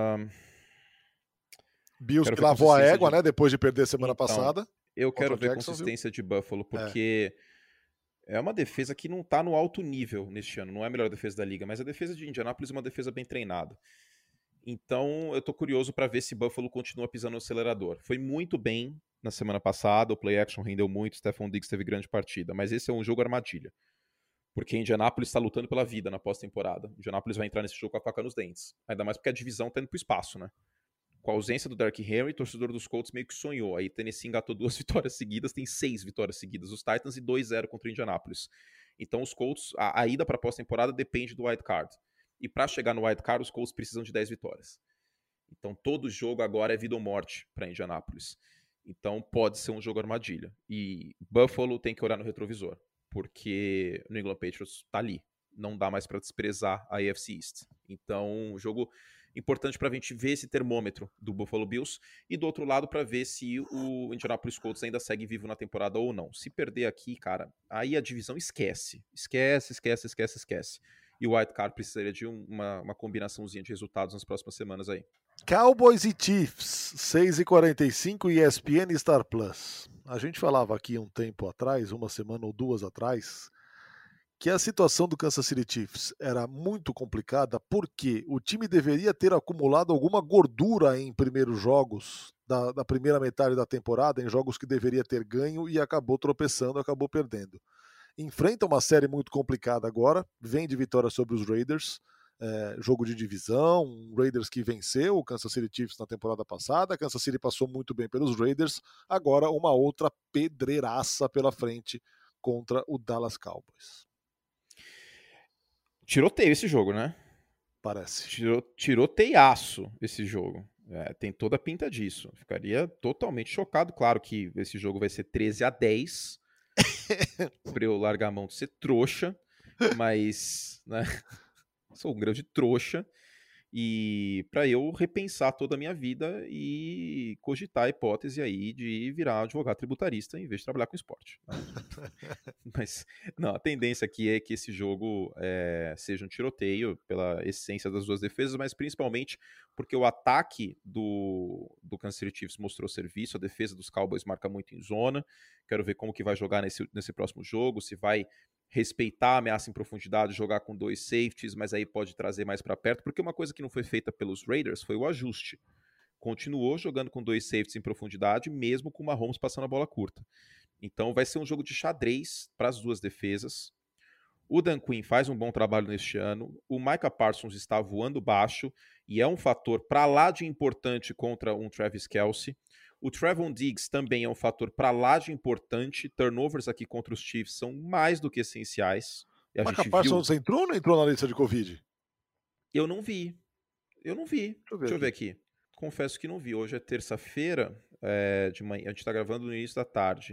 Bills que lavou a égua, né? Depois de perder semana passada. Eu quero ver consistência de Buffalo, porque é uma defesa que não tá no alto nível neste ano. Não é a melhor defesa da liga, mas a defesa de Indianapolis é uma defesa bem treinada. Então, eu tô curioso para ver se Buffalo continua pisando no acelerador. Foi muito bem na semana passada, o play action rendeu muito, Stephon Diggs teve grande partida, mas esse é um jogo armadilha. Porque Indianapolis está lutando pela vida na pós-temporada. Indianapolis vai entrar nesse jogo com a faca nos dentes. Ainda mais porque a divisão tá indo pro espaço, né? Com a ausência do Derrick Henry, o torcedor dos Colts meio que sonhou. Aí Tennessee engatou 2 vitórias seguidas, tem 6 vitórias seguidas. Os Titans e 2-0 contra o Indianapolis. Então os Colts, a ida para a pós-temporada depende do wild card. E para chegar no wild card, os Colts precisam de 10 vitórias. Então todo jogo agora é vida ou morte para Indianapolis. Então pode ser um jogo armadilha. E Buffalo tem que olhar no retrovisor, porque o New England Patriots tá ali. não dá mais para desprezar a AFC East. Então, um jogo importante para a gente ver esse termômetro do Buffalo Bills e do outro lado para ver se o Indianapolis Colts ainda segue vivo na temporada ou não. Se perder aqui, cara, aí a divisão esquece. Esquece. E o White Card precisaria de uma combinaçãozinha de resultados nas próximas semanas aí. Cowboys e Chiefs, 6h45, ESPN e Star Plus. A gente falava aqui um tempo atrás, uma semana ou duas atrás, que a situação do Kansas City Chiefs era muito complicada porque o time deveria ter acumulado alguma gordura em primeiros jogos da primeira metade da temporada, em jogos que deveria ter ganho e acabou tropeçando, acabou perdendo. Enfrenta uma série muito complicada agora, vem de vitória sobre os Raiders, jogo de divisão, Raiders que venceu o Kansas City Chiefs na temporada passada, Kansas City passou muito bem pelos Raiders, agora uma outra pedreiraça pela frente contra o Dallas Cowboys. Tiroteio esse jogo, né? Parece. Tiroteiaço esse jogo. Tem toda a pinta disso. Ficaria totalmente chocado. Claro que esse jogo vai ser 13-10 pra eu largar a mão de ser trouxa, mas, né, sou um grande trouxa. E para eu repensar toda a minha vida e cogitar a hipótese aí de virar advogado tributarista em vez de trabalhar com esporte. Mas não, a tendência aqui é que esse jogo seja um tiroteio pela essência das duas defesas, mas principalmente porque o ataque do Kansas City Chiefs mostrou serviço, a defesa dos Cowboys marca muito em zona. Quero ver como que vai jogar nesse próximo jogo, se vai respeitar a ameaça em profundidade, jogar com 2 safeties, mas aí pode trazer mais para perto, porque uma coisa que não foi feita pelos Raiders foi o ajuste. Continuou jogando com 2 safeties em profundidade, mesmo com o Mahomes passando a bola curta. Então vai ser um jogo de xadrez para as duas defesas. O Dan Quinn faz um bom trabalho neste ano. O Micah Parsons está voando baixo e é um fator para lá de importante contra um Travis Kelce. O Trevon Diggs também é um fator para lá de importante. Turnovers aqui contra os Chiefs são mais do que essenciais. O Micah Parsons entrou ou não entrou na lista de Covid? Eu não vi. Deixa eu ver aqui. Confesso que não vi. Hoje é terça-feira de manhã. A gente está gravando no início da tarde.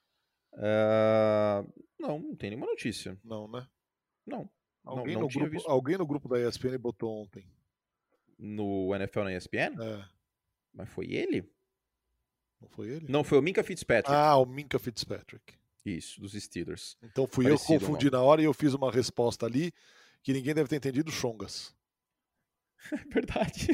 Não tem nenhuma notícia. Não, né? Não. Alguém no grupo da ESPN botou ontem. No NFL na ESPN? Mas foi ele? Não foi ele? Não, foi o Minkah Fitzpatrick. O Minkah Fitzpatrick. Isso, dos Steelers. Então fui eu que confundi na hora e eu fiz uma resposta ali que ninguém deve ter entendido, Chongas. É verdade.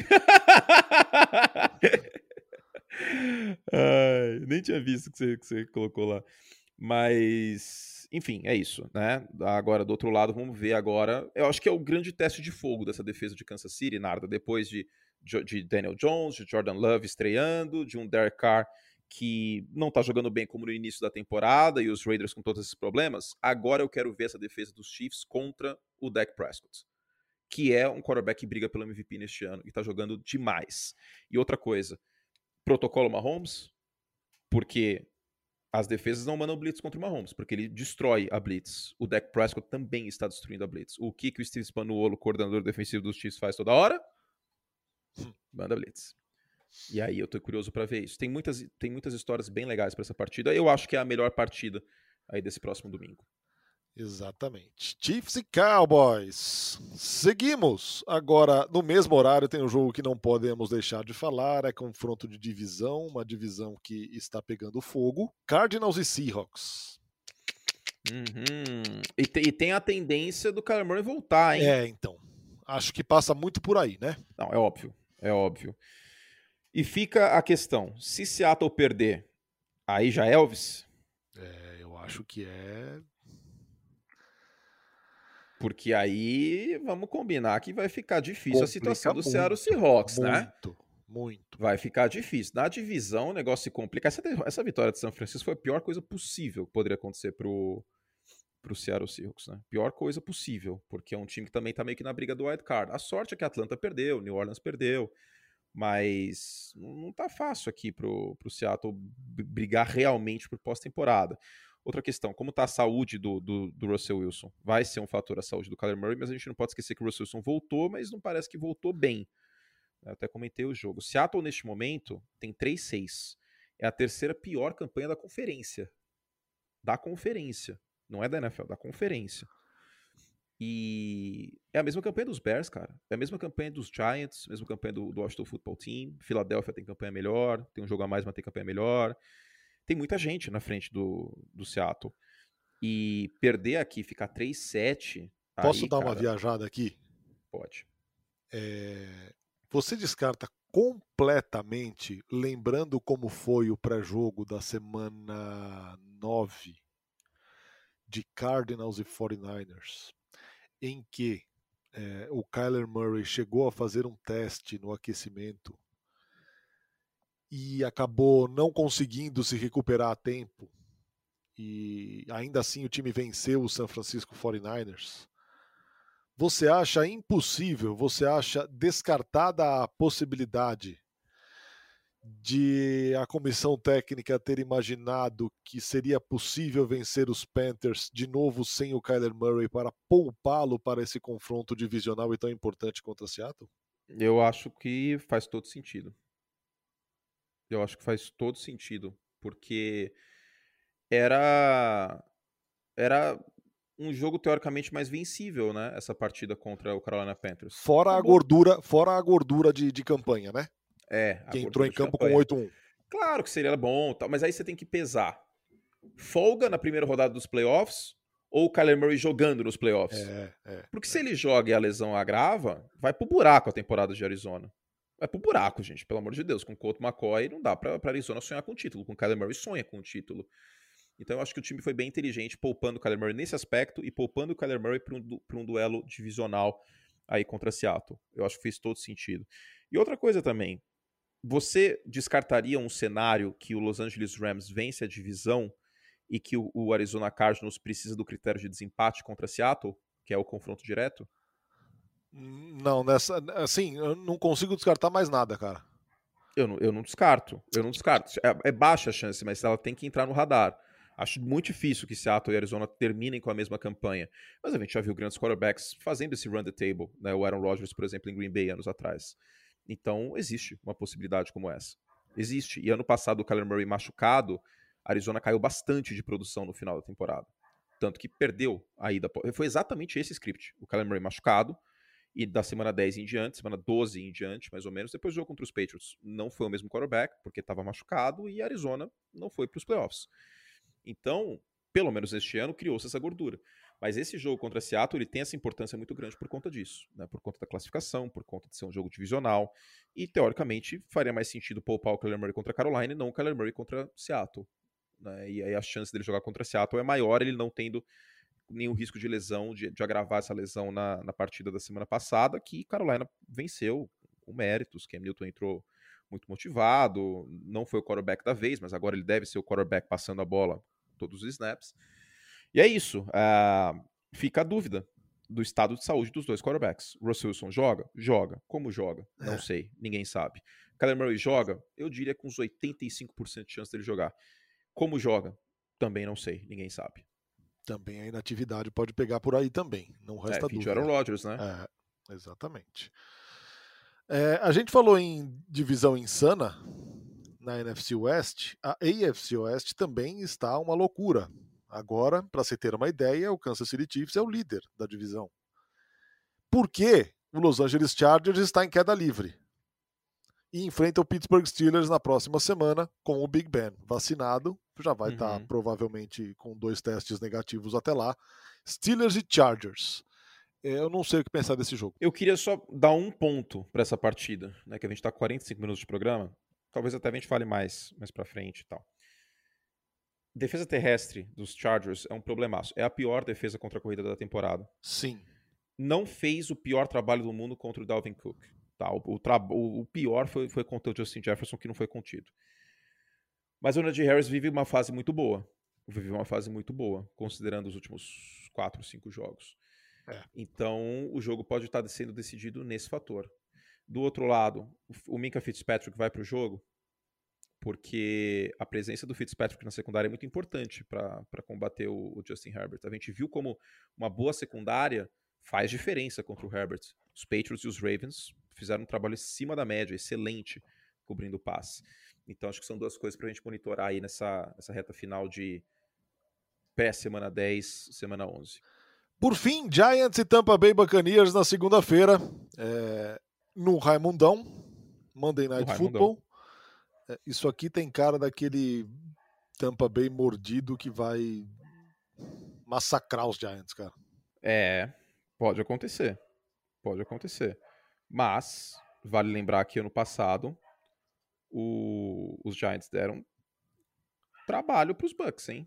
Nem tinha visto que você colocou lá. Mas, enfim, é isso, né? Agora, do outro lado, vamos ver agora. Eu acho que é o grande teste de fogo dessa defesa de Kansas City, Narda, depois de Daniel Jones, de Jordan Love estreando, de um Derek Carr que não tá jogando bem como no início da temporada e os Raiders com todos esses problemas. Agora eu quero ver essa defesa dos Chiefs contra o Dak Prescott, que é um quarterback que briga pelo MVP neste ano e tá jogando demais. E outra coisa, protocolo Mahomes, porque as defesas não mandam blitz contra o Mahomes, porque ele destrói a blitz. O Dak Prescott também está destruindo a blitz. O que o Steve Spagnuolo, coordenador defensivo dos Chiefs, faz toda hora? Manda blitz. E aí eu tô curioso para ver isso. Tem muitas histórias bem legais para essa partida. Eu acho que é a melhor partida aí desse próximo domingo. Exatamente. Chiefs e Cowboys. Seguimos. Agora, no mesmo horário, tem um jogo que não podemos deixar de falar. É confronto de divisão, uma divisão que está pegando fogo. Cardinals e Seahawks. E tem a tendência do Kyler Murray voltar, hein? Então. Acho que passa muito por aí, né? Não, é óbvio. E fica a questão, se Seattle perder, aí já é Elvis? Eu acho que é... Porque aí, vamos combinar que vai ficar difícil a situação do Seattle Seahawks, né? Muito. Vai ficar difícil. Na divisão, o negócio se complica. Essa vitória de São Francisco foi a pior coisa possível que poderia acontecer pro Seattle Seahawks, né? Pior coisa possível, porque é um time que também tá meio que na briga do wild card. A sorte é que a Atlanta perdeu, New Orleans perdeu, mas não tá fácil aqui pro Seattle brigar realmente por pós-temporada. Outra questão, como está a saúde do Russell Wilson? Vai ser um fator a saúde do Kyler Murray, mas a gente não pode esquecer que o Russell Wilson voltou, mas não parece que voltou bem. Eu até comentei o jogo. Seattle, neste momento, tem 3-6. É a terceira pior campanha da conferência. Não é da NFL, da conferência. E é a mesma campanha dos Bears, cara. É a mesma campanha dos Giants, a mesma campanha do Washington Football Team. Philadelphia tem campanha melhor, tem um jogo a mais, mas tem campanha melhor. Tem muita gente na frente do Seattle. E perder aqui, ficar 3-7, Posso aí, dar uma cara, viajada aqui? pode. Você descarta completamente, lembrando como foi o pré-jogo da semana 9 de Cardinals e 49ers, em que o Kyler Murray chegou a fazer um teste no aquecimento e acabou não conseguindo se recuperar a tempo, e ainda assim o time venceu o San Francisco 49ers. Você acha impossível, você acha descartada a possibilidade de a comissão técnica ter imaginado que seria possível vencer os Panthers de novo sem o Kyler Murray para poupá-lo para esse confronto divisional e tão importante contra Seattle? Eu acho que faz todo sentido. Eu acho que faz todo sentido, porque era era um jogo teoricamente mais vencível, né? Essa partida contra o Carolina Panthers. Acabou. Fora a gordura de campanha, né? A Que entrou gordura em de campo com campanha. 8-1. Claro que seria bom, mas aí você tem que pesar. Folga na primeira rodada dos playoffs ou o Kyler Murray jogando nos playoffs? Porque se ele joga e a lesão agrava, vai pro buraco a temporada de Arizona. Vai pro buraco, gente, pelo amor de Deus. Com o Colt McCoy não dá pra Arizona sonhar com o título. Com o Kyler Murray sonha com o título. Então eu acho que o time foi bem inteligente poupando o Kyler Murray nesse aspecto e poupando o Kyler Murray para um duelo divisional aí contra Seattle. Eu acho que fez todo sentido. E outra coisa também, você descartaria um cenário que o Los Angeles Rams vence a divisão e que o Arizona Cardinals precisa do critério de desempate contra Seattle, que é o confronto direto? Não, assim, eu não consigo descartar mais nada, cara. Eu não descarto. Eu não descarto. É baixa a chance, mas ela tem que entrar no radar. Acho muito difícil que Seattle e Arizona terminem com a mesma campanha. Mas a gente já viu grandes quarterbacks fazendo esse run the table, né? O Aaron Rodgers, por exemplo, em Green Bay anos atrás. Então, existe uma possibilidade como essa. Existe. E ano passado, o Kyler Murray machucado, a Arizona caiu bastante de produção no final da temporada. Tanto que perdeu a ida. Foi exatamente esse script. O Kyler Murray machucado, e da semana 10 em diante, semana 12 em diante, mais ou menos, depois do jogo contra os Patriots, não foi o mesmo quarterback, porque estava machucado, e a Arizona não foi para os playoffs. Então, pelo menos este ano, criou-se essa gordura. Mas esse jogo contra Seattle, ele tem essa importância muito grande por conta disso, né? Por conta da classificação, por conta de ser um jogo divisional, e teoricamente faria mais sentido poupar o Kyler Murray contra a Carolina e não o Kyler Murray contra Seattle. Né? E aí a chance dele jogar contra Seattle é maior, ele não tendo nenhum risco de lesão, de agravar essa lesão na partida da semana passada, que Carolina venceu com méritos. Cam Newton entrou muito motivado, não foi o quarterback da vez, mas agora ele deve ser o quarterback passando a bola todos os snaps. E é isso. Fica a dúvida do estado de saúde dos dois quarterbacks. Russell Wilson joga? Joga. Como joga? Não sei. Ninguém sabe. Kyler Murray joga? Eu diria com uns 85% de chance dele jogar. Como joga? Também não sei. Ninguém sabe. Também a inatividade pode pegar por aí também, não resta dúvida. Aaron Rodgers, né? Exatamente. A gente falou em divisão insana na NFC West, a AFC West também está uma loucura. Agora, para você ter uma ideia, o Kansas City Chiefs é o líder da divisão. Por quê? O Los Angeles Chargers está em queda livre e enfrenta o Pittsburgh Steelers na próxima semana com o Big Ben vacinado, já vai estar provavelmente com 2 testes negativos até lá. Steelers e Chargers. Eu não sei o que pensar desse jogo. Eu queria só dar um ponto para essa partida, né, que a gente está com 45 minutos de programa, talvez até a gente fale mais para frente e tal. Defesa terrestre dos Chargers é um problemaço. É a pior defesa contra a corrida da temporada. Sim. Não fez o pior trabalho do mundo contra o Dalvin Cook. Tá? O pior foi contra o Justin Jefferson, que não foi contido. Mas o Najee Harris vive uma fase muito boa. Considerando os últimos 4, 5 jogos. Então, o jogo pode estar sendo decidido nesse fator. Do outro lado, o Minkah Fitzpatrick vai para o jogo porque a presença do Fitzpatrick na secundária é muito importante para combater o Justin Herbert. A gente viu como uma boa secundária faz diferença contra o Herbert. Os Patriots e os Ravens fizeram um trabalho acima da média, excelente, cobrindo o passe. Então, acho que são duas coisas para a gente monitorar aí nessa reta final de pré-semana 10, semana 11. Por fim, Giants e Tampa Bay Buccaneers na segunda-feira, no Raimundão, Monday Night Football. Isso aqui tem cara daquele Tampa Bay mordido que vai massacrar os Giants, cara. Pode acontecer. Mas, vale lembrar que ano passado, os Giants deram trabalho pros Bucs, hein?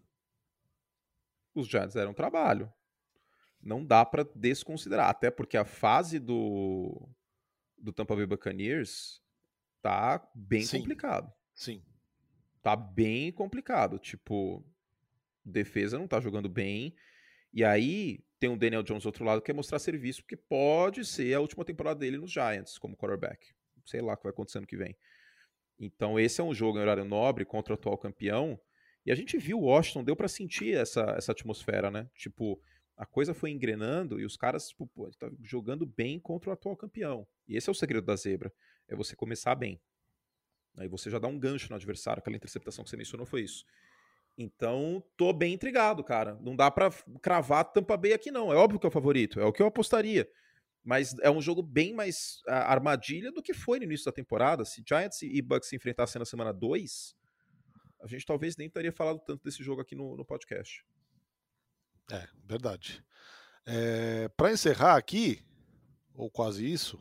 Os Giants deram trabalho. Não dá pra desconsiderar, até porque a fase do Tampa Bay Buccaneers tá bem complicado. Sim. Tá bem complicado. Tipo, defesa não tá jogando bem. E aí tem o Daniel Jones do outro lado que quer mostrar serviço, porque pode ser a última temporada dele nos Giants como quarterback. Sei lá o que vai acontecer ano que vem. Então esse é um jogo em horário nobre contra o atual campeão. E a gente viu o Washington, deu pra sentir essa atmosfera, né? Tipo, a coisa foi engrenando e os caras, tipo, pô, tá jogando bem contra o atual campeão. E esse é o segredo da zebra. É você começar bem. Aí você já dá um gancho no adversário. Aquela interceptação que você mencionou foi isso. Então, tô bem intrigado, cara. Não dá pra cravar Tampa Bay aqui, não. É óbvio que é o favorito. É o que eu apostaria. Mas é um jogo bem mais armadilha do que foi no início da temporada. Se Giants e Bucks se enfrentassem na semana 2, a gente talvez nem teria falado tanto desse jogo aqui no podcast. Verdade. Para encerrar aqui, ou quase isso,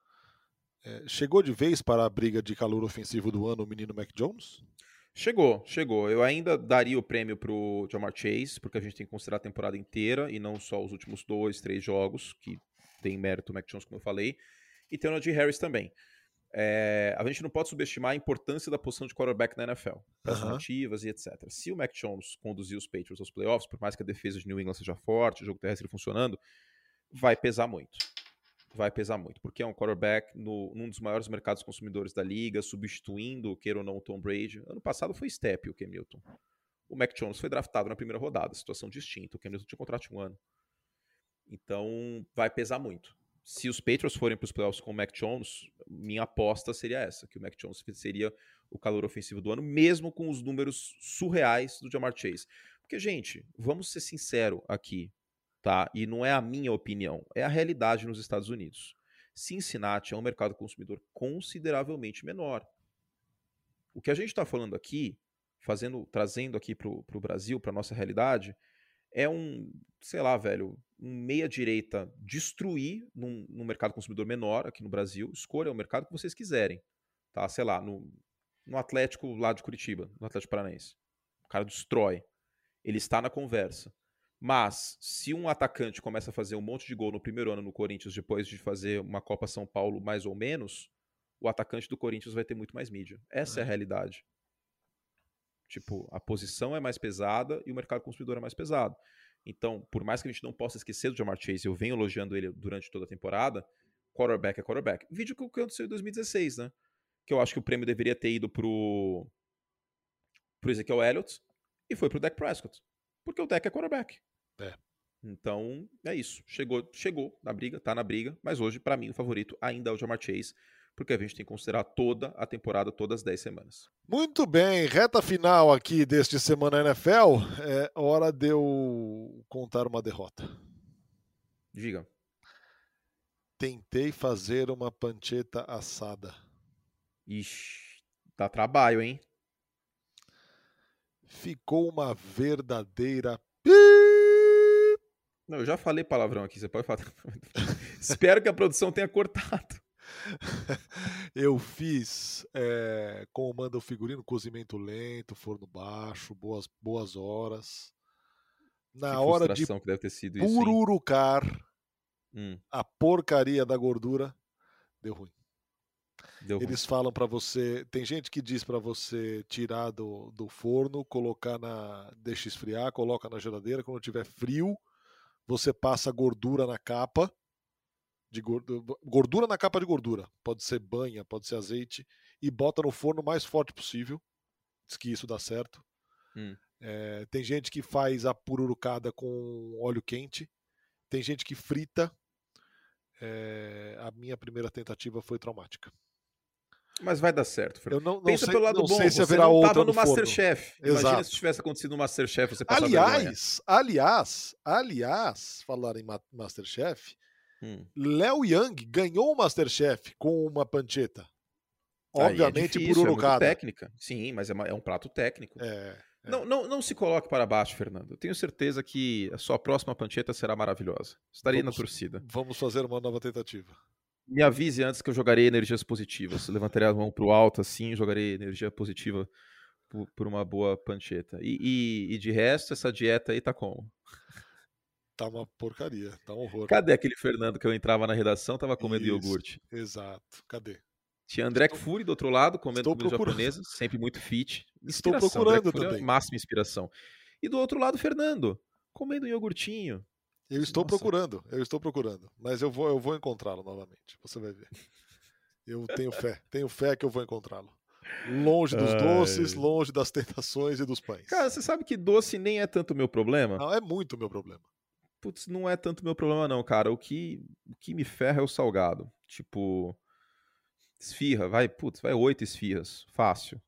chegou de vez para a briga de calor ofensivo do ano o menino Mac Jones? Chegou. Eu ainda daria o prêmio pro Ja'Marr Chase, porque a gente tem que considerar a temporada inteira e não só os últimos 2, 3 jogos, que tem mérito o Mac Jones, como eu falei. E tem o Najee Harris também. A gente não pode subestimar a importância da posição de quarterback na NFL, para as narrativas e etc. Se o Mac Jones conduzir os Patriots aos playoffs, por mais que a defesa de New England seja forte, o jogo terrestre funcionando, vai pesar muito. Porque é um quarterback num dos maiores mercados consumidores da liga, substituindo, queira ou não, o Tom Brady. Ano passado foi Step o Cam Newton. O Mac Jones foi draftado na primeira rodada, situação distinta. O Cam Newton tinha contrato de 1 ano. Então, vai pesar muito. Se os Patriots forem para os playoffs com o Mac Jones, minha aposta seria essa, que o Mac Jones seria o calor ofensivo do ano, mesmo com os números surreais do Ja'Marr Chase. Porque, gente, vamos ser sinceros aqui, tá? E não é a minha opinião, é a realidade nos Estados Unidos. Cincinnati é um mercado consumidor consideravelmente menor. O que a gente está falando aqui, trazendo aqui para o Brasil, para nossa realidade, é um meia-direita destruir num mercado consumidor menor aqui no Brasil. Escolha o mercado que vocês quiserem. Tá? Sei lá, no Atlético lá de Curitiba, no Atlético Paranaense. O cara destrói. Ele está na conversa. Mas, se um atacante começa a fazer um monte de gol no primeiro ano no Corinthians, depois de fazer uma Copa São Paulo mais ou menos, o atacante do Corinthians vai ter muito mais mídia. Essa é a realidade. Tipo, a posição é mais pesada e o mercado consumidor é mais pesado. Então, por mais que a gente não possa esquecer do Ja'Marr Chase, eu venho elogiando ele durante toda a temporada, quarterback é quarterback. Vídeo que aconteceu em 2016, né? Que eu acho que o prêmio deveria ter ido pro Ezekiel Elliott e foi pro Dak Prescott. Porque o Dak é quarterback. Então, é isso. Chegou na briga, tá na briga, mas hoje, pra mim, o favorito ainda é o Ja'Marr Chase, porque a gente tem que considerar toda a temporada, todas as 10 semanas. Muito bem, reta final aqui deste Semana NFL, é hora de eu contar uma derrota. Diga. Tentei fazer uma panceta assada. Ixi, dá trabalho, hein? Ficou uma verdadeira... Não, eu já falei palavrão aqui, você pode falar. Espero que a produção tenha cortado. Eu fiz, como manda o figurino, cozimento lento, forno baixo, boas horas. Na hora de que deve ter sido pururucar a porcaria da gordura, deu ruim. Eles falam pra você, tem gente que diz pra você tirar do forno, deixa esfriar, coloca na geladeira, quando tiver frio, você passa gordura na capa, gordura na capa de gordura, pode ser banha, pode ser azeite, e bota no forno o mais forte possível. Diz que isso dá certo. Tem gente que faz a pururucada com óleo quente, tem gente que frita. A minha primeira tentativa foi traumática. Mas vai dar certo, Fernando. Eu não Pensa sei, pelo lado não bom, sei se você haverá não outra tava no no forno. Masterchef. Imagina Exato. se tivesse acontecido no Masterchef, você passar vergonha. Aliás, falar em Masterchef, Hum. Léo Yang ganhou o Masterchef com uma panceta. Aí é Obviamente difícil, por é muito urucada. técnica. Sim, mas é um prato técnico. Não se coloque para baixo, Fernando. Eu tenho certeza que a sua próxima pancheta será maravilhosa. Estarei na torcida. Vamos fazer uma nova tentativa. Me avise antes que eu jogarei energias positivas. Eu levantarei a mão pro alto assim, jogarei energia positiva por uma boa pancheta. E de resto, essa dieta aí tá como? Tá uma porcaria, tá um horror. Cadê aquele Fernando que eu entrava na redação, tava comendo iogurte? Exato, cadê? Tinha André Kfouri do outro lado, comendo comida japonesa, sempre muito fit. Estou Inspiração, procurando André também. Máxima inspiração. E do outro lado, Fernando, comendo um iogurtinho. Eu estou procurando. Mas eu vou encontrá-lo novamente. Você vai ver. Eu tenho fé que eu vou encontrá-lo. Longe dos doces, longe das tentações e dos pães. Cara, você sabe que doce nem é tanto meu problema? Não, é muito meu problema. Putz, não é tanto meu problema não, cara. O que me ferra é o salgado. Tipo, esfirra, vai 8 esfirras, fácil.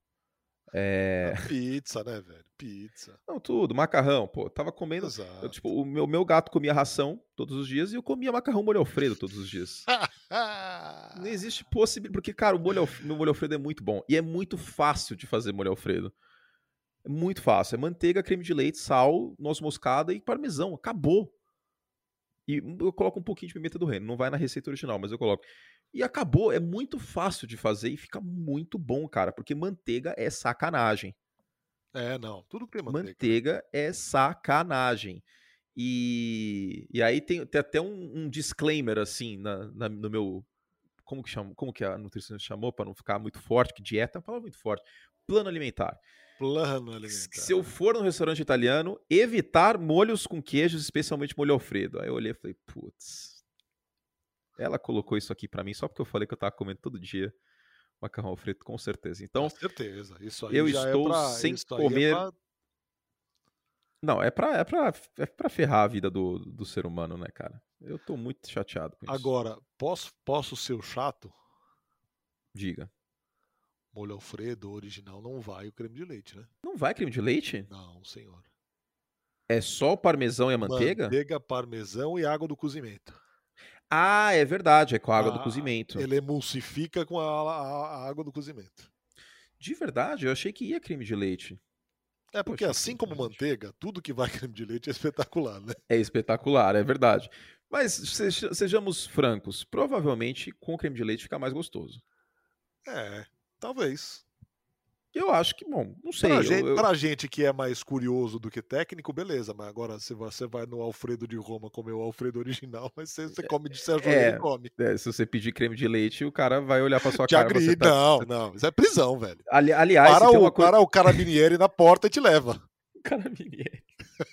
Pizza, né, velho? Pizza. Não, tudo, macarrão, pô, tava comendo, o meu gato comia ração todos os dias e eu comia macarrão molho Alfredo todos os dias. Não existe possibilidade, porque, cara, meu molho Alfredo é muito bom e é muito fácil de fazer molho Alfredo. É muito fácil, é manteiga, creme de leite, sal, noz moscada e parmesão, acabou. E eu coloco um pouquinho de pimenta do reino, não vai na receita original, mas eu coloco. E acabou, é muito fácil de fazer e fica muito bom, cara, porque manteiga é sacanagem. Não, tudo que tem manteiga. Manteiga é sacanagem. E aí tem até um disclaimer, assim, no meu... Como que a nutricionista chamou para não ficar muito forte? Que dieta é uma palavra muito forte. Plano alimentar. Plano alimentar. Se eu for num restaurante italiano, evitar molhos com queijos, especialmente molho Alfredo. Aí eu olhei e falei, putz, ela colocou isso aqui para mim só porque eu falei que eu tava comendo todo dia macarrão Alfredo, com certeza. Então, com certeza. Isso aí eu já estou sem comer... Não, é pra ferrar a vida do ser humano, né, cara? Eu tô muito chateado com isso. Agora, posso ser o chato? Diga. Molho Alfredo original não vai o creme de leite, né? Não vai creme de leite? Não, senhor. É só o parmesão e a manteiga? Manteiga, parmesão e água do cozimento. Ah, é verdade, é com a água do cozimento. Ele emulsifica com a água do cozimento. De verdade? Eu achei que ia creme de leite. É porque assim como manteiga, tudo que vai creme de leite é espetacular, né? É espetacular, é verdade. Mas sejamos francos, provavelmente com creme de leite fica mais gostoso. Talvez. Eu acho que, bom, não sei. Pra gente que é mais curioso do que técnico, beleza. Mas agora se você vai no Alfredo de Roma comer o Alfredo original, mas você come de Sérgio e come. Se você pedir creme de leite, o cara vai olhar pra sua te cara. Agride. Não, isso é prisão, velho. Aliás, para o carabinieri na porta e te leva. Carabinieri.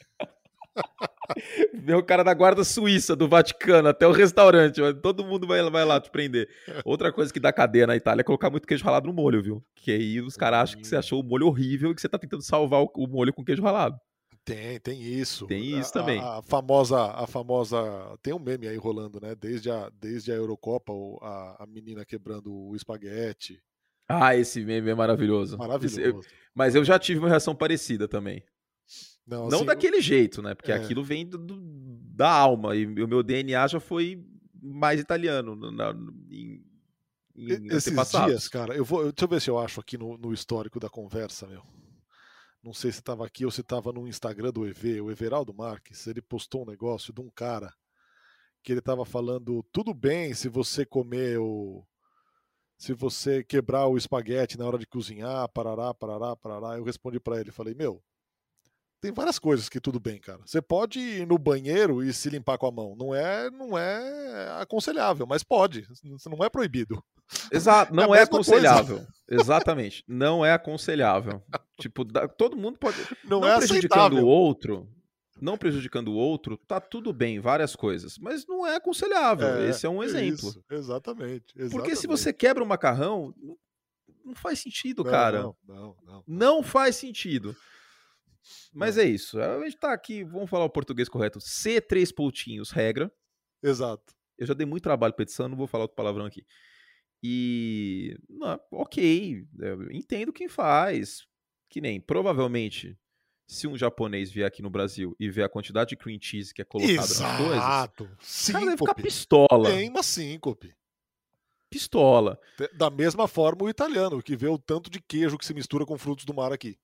Vê o cara da guarda suíça do Vaticano até o restaurante, todo mundo vai lá te prender. Outra coisa que dá cadeia na Itália é colocar muito queijo ralado no molho, viu? Que aí os caras acham que você achou o molho horrível e que você tá tentando salvar o molho com queijo ralado. Tem isso. Tem isso também. A famosa. Tem um meme aí rolando, né? Desde a Eurocopa, a menina quebrando o espaguete. Ah, esse meme é maravilhoso. Maravilhoso. Mas eu já tive uma reação parecida também. Não assim, daquele jeito, né? Porque aquilo vem da alma. E o meu DNA já foi mais italiano em esses dias, cara, deixa eu ver se eu acho aqui no histórico da conversa, meu. Não sei se estava aqui ou se estava no Instagram do EV, o Everaldo Marques. Ele postou um negócio de um cara que ele estava falando: tudo bem se você comer se você quebrar o espaguete na hora de cozinhar, parará. Eu respondi para ele, falei: meu, tem várias coisas que tudo bem, cara. Você pode ir no banheiro e se limpar com a mão. Não é aconselhável, mas pode. Não é proibido. Exato, não é aconselhável. Exatamente, não é aconselhável. Tipo, todo mundo pode... Não é prejudicando o outro, não prejudicando o outro, tá tudo bem, várias coisas. Mas não é aconselhável. Esse é um exemplo. Isso, exatamente. Porque se você quebra um macarrão, não faz sentido, cara. Não faz sentido. Mas é isso. A gente tá aqui, vamos falar o português correto. C3 pontinhos, regra. Exato. Eu já dei muito trabalho pra edição, não vou falar outro palavrão aqui. E, não, ok, eu entendo quem faz. Que nem, provavelmente, se um japonês vier aqui no Brasil e ver a quantidade de cream cheese que é colocada nas coisas, Exato. o cara deve ficar Síncope. pistola. Tem uma síncope. Pistola. Da mesma forma o italiano, que vê o tanto de queijo que se mistura com frutos do mar aqui.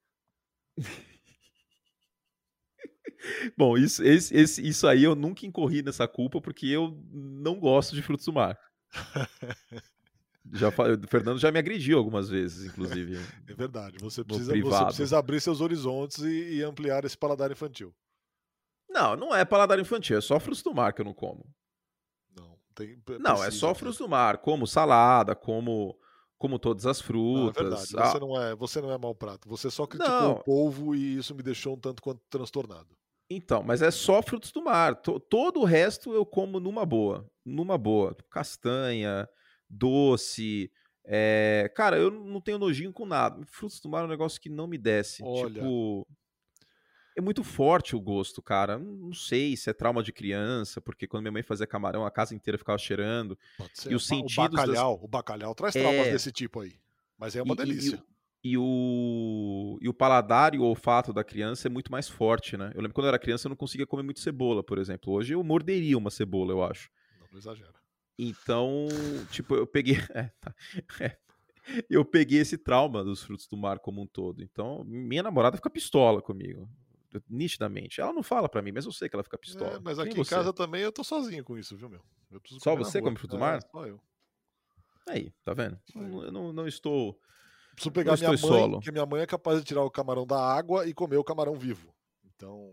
Bom, isso aí eu nunca incorri nessa culpa, porque eu não gosto de frutos do mar. O Fernando já me agrediu algumas vezes, inclusive. É verdade. Você no precisa privado. abrir seus horizontes e ampliar esse paladar infantil. Não é paladar infantil, é só frutos do mar que eu não como. Não, Não, é só frutos do mar, como salada, como todas as frutas. Não, é verdade, você não é mau prato. Você só criticou o polvo e isso me deixou um tanto quanto transtornado. Então, mas é só frutos do mar. Todo o resto eu como numa boa. Numa boa. Castanha, doce. Cara, eu não tenho nojinho com nada. Frutos do mar é um negócio que não me desce. Olha... Tipo, é muito forte o gosto, cara. Não sei se é trauma de criança, porque quando minha mãe fazia camarão, a casa inteira ficava cheirando. Pode ser. E os sentidos o bacalhau traz traumas desse tipo aí. Mas é uma delícia. E o paladar e o olfato da criança é muito mais forte, né? Eu lembro quando eu era criança eu não conseguia comer muito cebola, por exemplo. Hoje eu morderia uma cebola, eu acho. Não exagera. Então, tipo, eu peguei... Eu peguei esse trauma dos frutos do mar como um todo. Então, minha namorada fica pistola comigo. Nitidamente. Ela não fala pra mim, mas eu sei que ela fica pistola. Mas aqui em casa também eu tô sozinho com isso, viu, meu? Só você come frutos do mar? Só eu. Aí, tá vendo? Eu não estou... Preciso pegar minha mãe, solo. porque minha mãe é capaz de tirar o camarão da água e comer o camarão vivo. Então...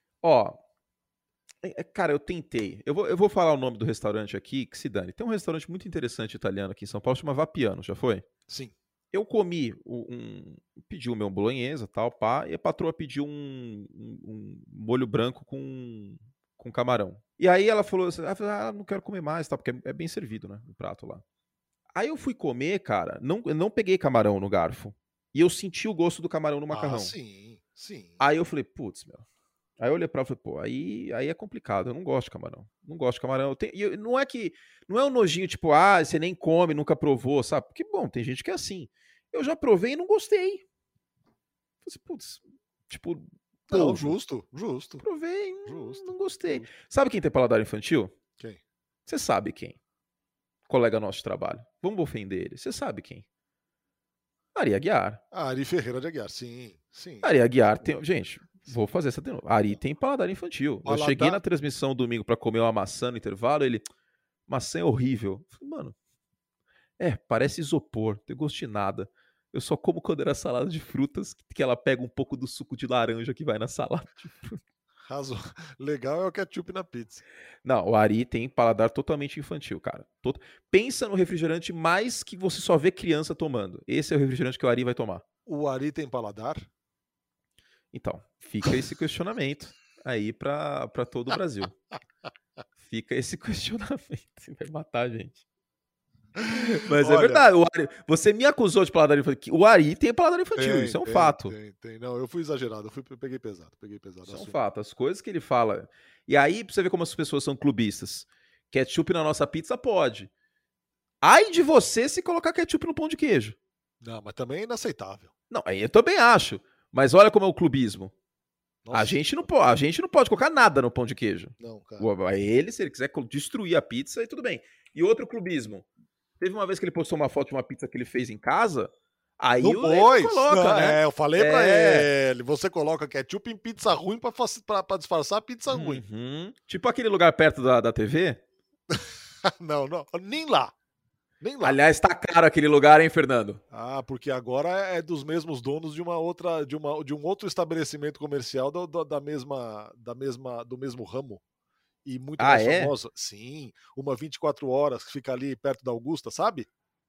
Cara, eu tentei. Eu vou falar o nome do restaurante aqui, que se dane. Tem um restaurante muito interessante italiano aqui em São Paulo, chama Vapiano, já foi? Sim. Eu comi, pedi o meu bolonhesa, tal, pá, e a patroa pediu um molho branco com camarão. E aí ela falou assim, não quero comer mais, tal, porque é bem servido, né, o prato lá. Aí eu fui comer, cara, eu não peguei camarão no garfo. E eu senti o gosto do camarão no macarrão. Sim. Aí eu falei, putz, meu. Aí eu olhei pra ela e falei, pô, aí é complicado, eu não gosto de camarão. Não gosto de camarão. Não é um nojinho, tipo, você nem come, nunca provou, sabe? Porque, bom, tem gente que é assim. Eu já provei e não gostei. Falei, putz, tipo... Não, justo. Provei, não gostei. Justo. Sabe quem tem paladar infantil? Quem? Você sabe quem. Colega nosso de trabalho. Vamos ofender ele. Você sabe quem? Ari Aguiar. Ari Ferreira de Aguiar, sim. Ari Aguiar tem... Gente, vou fazer essa denúncia. Ari tem paladar infantil. Eu cheguei na transmissão domingo pra comer uma maçã no intervalo, ele... Maçã é horrível. Eu falei, mano... parece isopor, não tem gosto de nada. Eu só como quando era salada de frutas, que ela pega um pouco do suco de laranja que vai na salada de frutas. Legal é o ketchup na pizza. Não, o Ari tem paladar totalmente infantil, cara. Pensa no refrigerante mais que você só vê criança tomando. Esse é o refrigerante que o Ari vai tomar. O Ari tem paladar? Então, fica esse questionamento aí pra todo o Brasil. Fica esse questionamento. Vai matar a gente. Mas olha, é verdade, você me acusou de paladar infantil. O Ari tem paladar infantil, isso é um fato. Tem. Não, eu fui exagerado, peguei pesado. Isso é um fato, as coisas que ele fala. E aí, pra você ver como as pessoas são clubistas. Ketchup na nossa pizza pode. Ai de você se colocar ketchup no pão de queijo. Não, mas também é inaceitável. Não, aí eu também acho. Mas olha como é o clubismo. A gente não pode colocar nada no pão de queijo. Não, cara. Se ele quiser destruir a pizza, aí tudo bem. E outro clubismo. Teve uma vez que ele postou uma foto de uma pizza que ele fez em casa, aí ele coloca, né? Eu falei pra ele, você coloca ketchup em pizza ruim pra disfarçar a pizza ruim. Tipo aquele lugar perto da TV? Não, nem lá. Aliás, tá caro aquele lugar, hein, Fernando? Porque agora é dos mesmos donos de um outro estabelecimento comercial do mesmo ramo. E muito mais famosa. Sim, uma 24 horas que fica ali perto da Augusta, sabe?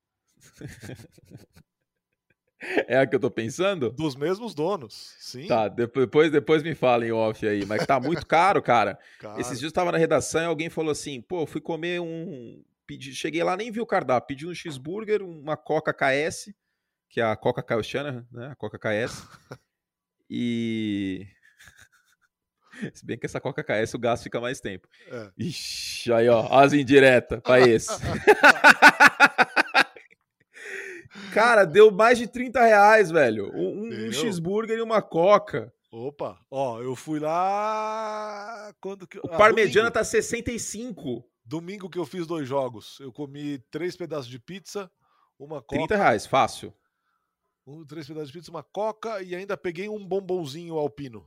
É a que eu tô pensando? Dos mesmos donos, sim. Tá, depois me fala em off aí, mas tá muito caro, cara. Esses dias eu tava na redação e alguém falou assim, pô, fui comer cheguei lá, nem vi o cardápio, pedi um cheeseburger, uma Coca KS, que é a Coca Kyle Shanahan, né, a Coca KS, e... Se bem que essa Coca KS o gasto fica mais tempo. Ixi, aí ó, as indiretas pra esse. Cara, deu mais de R$30, velho. Um cheeseburger e uma coca. Opa, ó, eu fui lá... O parmegiana tá 65. Domingo que eu fiz 2 jogos. Eu comi 3 pedaços de pizza, uma coca... R$30, fácil. 3 pedaços de pizza, uma coca e ainda peguei um bombonzinho alpino.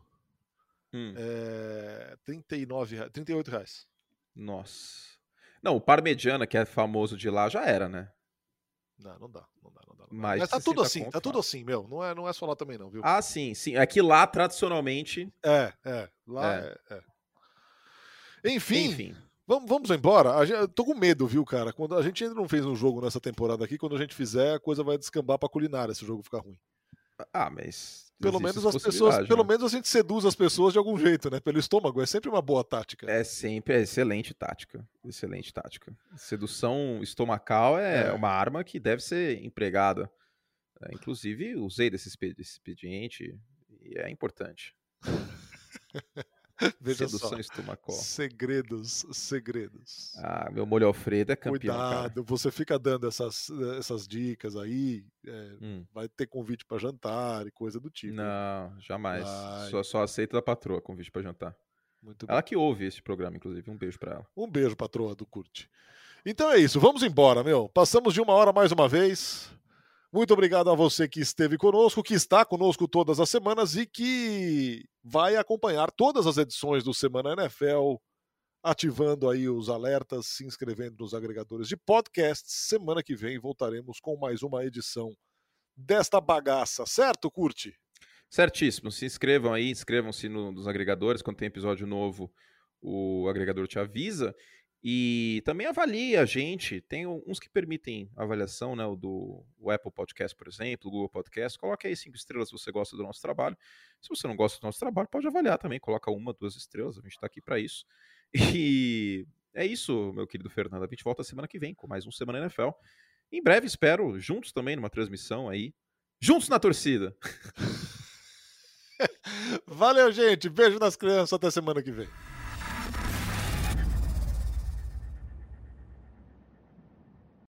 38 reais. Nossa. Não, o parmegiana, que é famoso de lá, já era, né? Não dá. Mas tá tudo assim, assim, meu. Não é só lá também não, viu? Ah, sim. É que lá, tradicionalmente... Lá é. Enfim. Vamos embora. Eu tô com medo, viu, cara? Quando a gente ainda não fez um jogo nessa temporada aqui, quando a gente fizer, a coisa vai descambar pra culinária se o jogo ficar ruim. Mas... Pelo menos a gente seduz as pessoas de algum jeito, né? Pelo estômago, é sempre uma boa tática. É sempre excelente tática. Excelente tática. Sedução estomacal é uma arma que deve ser empregada. Inclusive, usei desse expediente e é importante. Veja sedução só. Estomacal. Segredos. Meu molho Alfredo é campeão. Cuidado, cara. Você fica dando essas dicas aí, vai ter convite para jantar e coisa do tipo. Não, jamais. Só aceito da patroa convite para jantar. Muito ela bem. que ouve esse programa, inclusive. Um beijo para ela. Um beijo, patroa do Curte. Então é isso, vamos embora, meu. Passamos de 1 hora mais uma vez. Muito obrigado a você que esteve conosco, que está conosco todas as semanas e que vai acompanhar todas as edições do Semana NFL, ativando aí os alertas, se inscrevendo nos agregadores de podcasts. Semana que vem voltaremos com mais uma edição desta bagaça, certo, Curte? Certíssimo. Se inscrevam aí, inscrevam-se nos agregadores. Quando tem episódio novo, o agregador te avisa. E também avalie a gente. Tem uns que permitem avaliação, né? O Apple Podcast, por exemplo, o Google Podcast. Coloque aí 5 estrelas se você gosta do nosso trabalho. Se você não gosta do nosso trabalho, pode avaliar também. Coloca 1, 2 estrelas. A gente está aqui para isso. E é isso, meu querido Fernando. A gente volta semana que vem com mais um Semana NFL. Em breve, espero, juntos também numa transmissão aí. Juntos na torcida. Valeu, gente. Beijo nas crianças. Até semana que vem.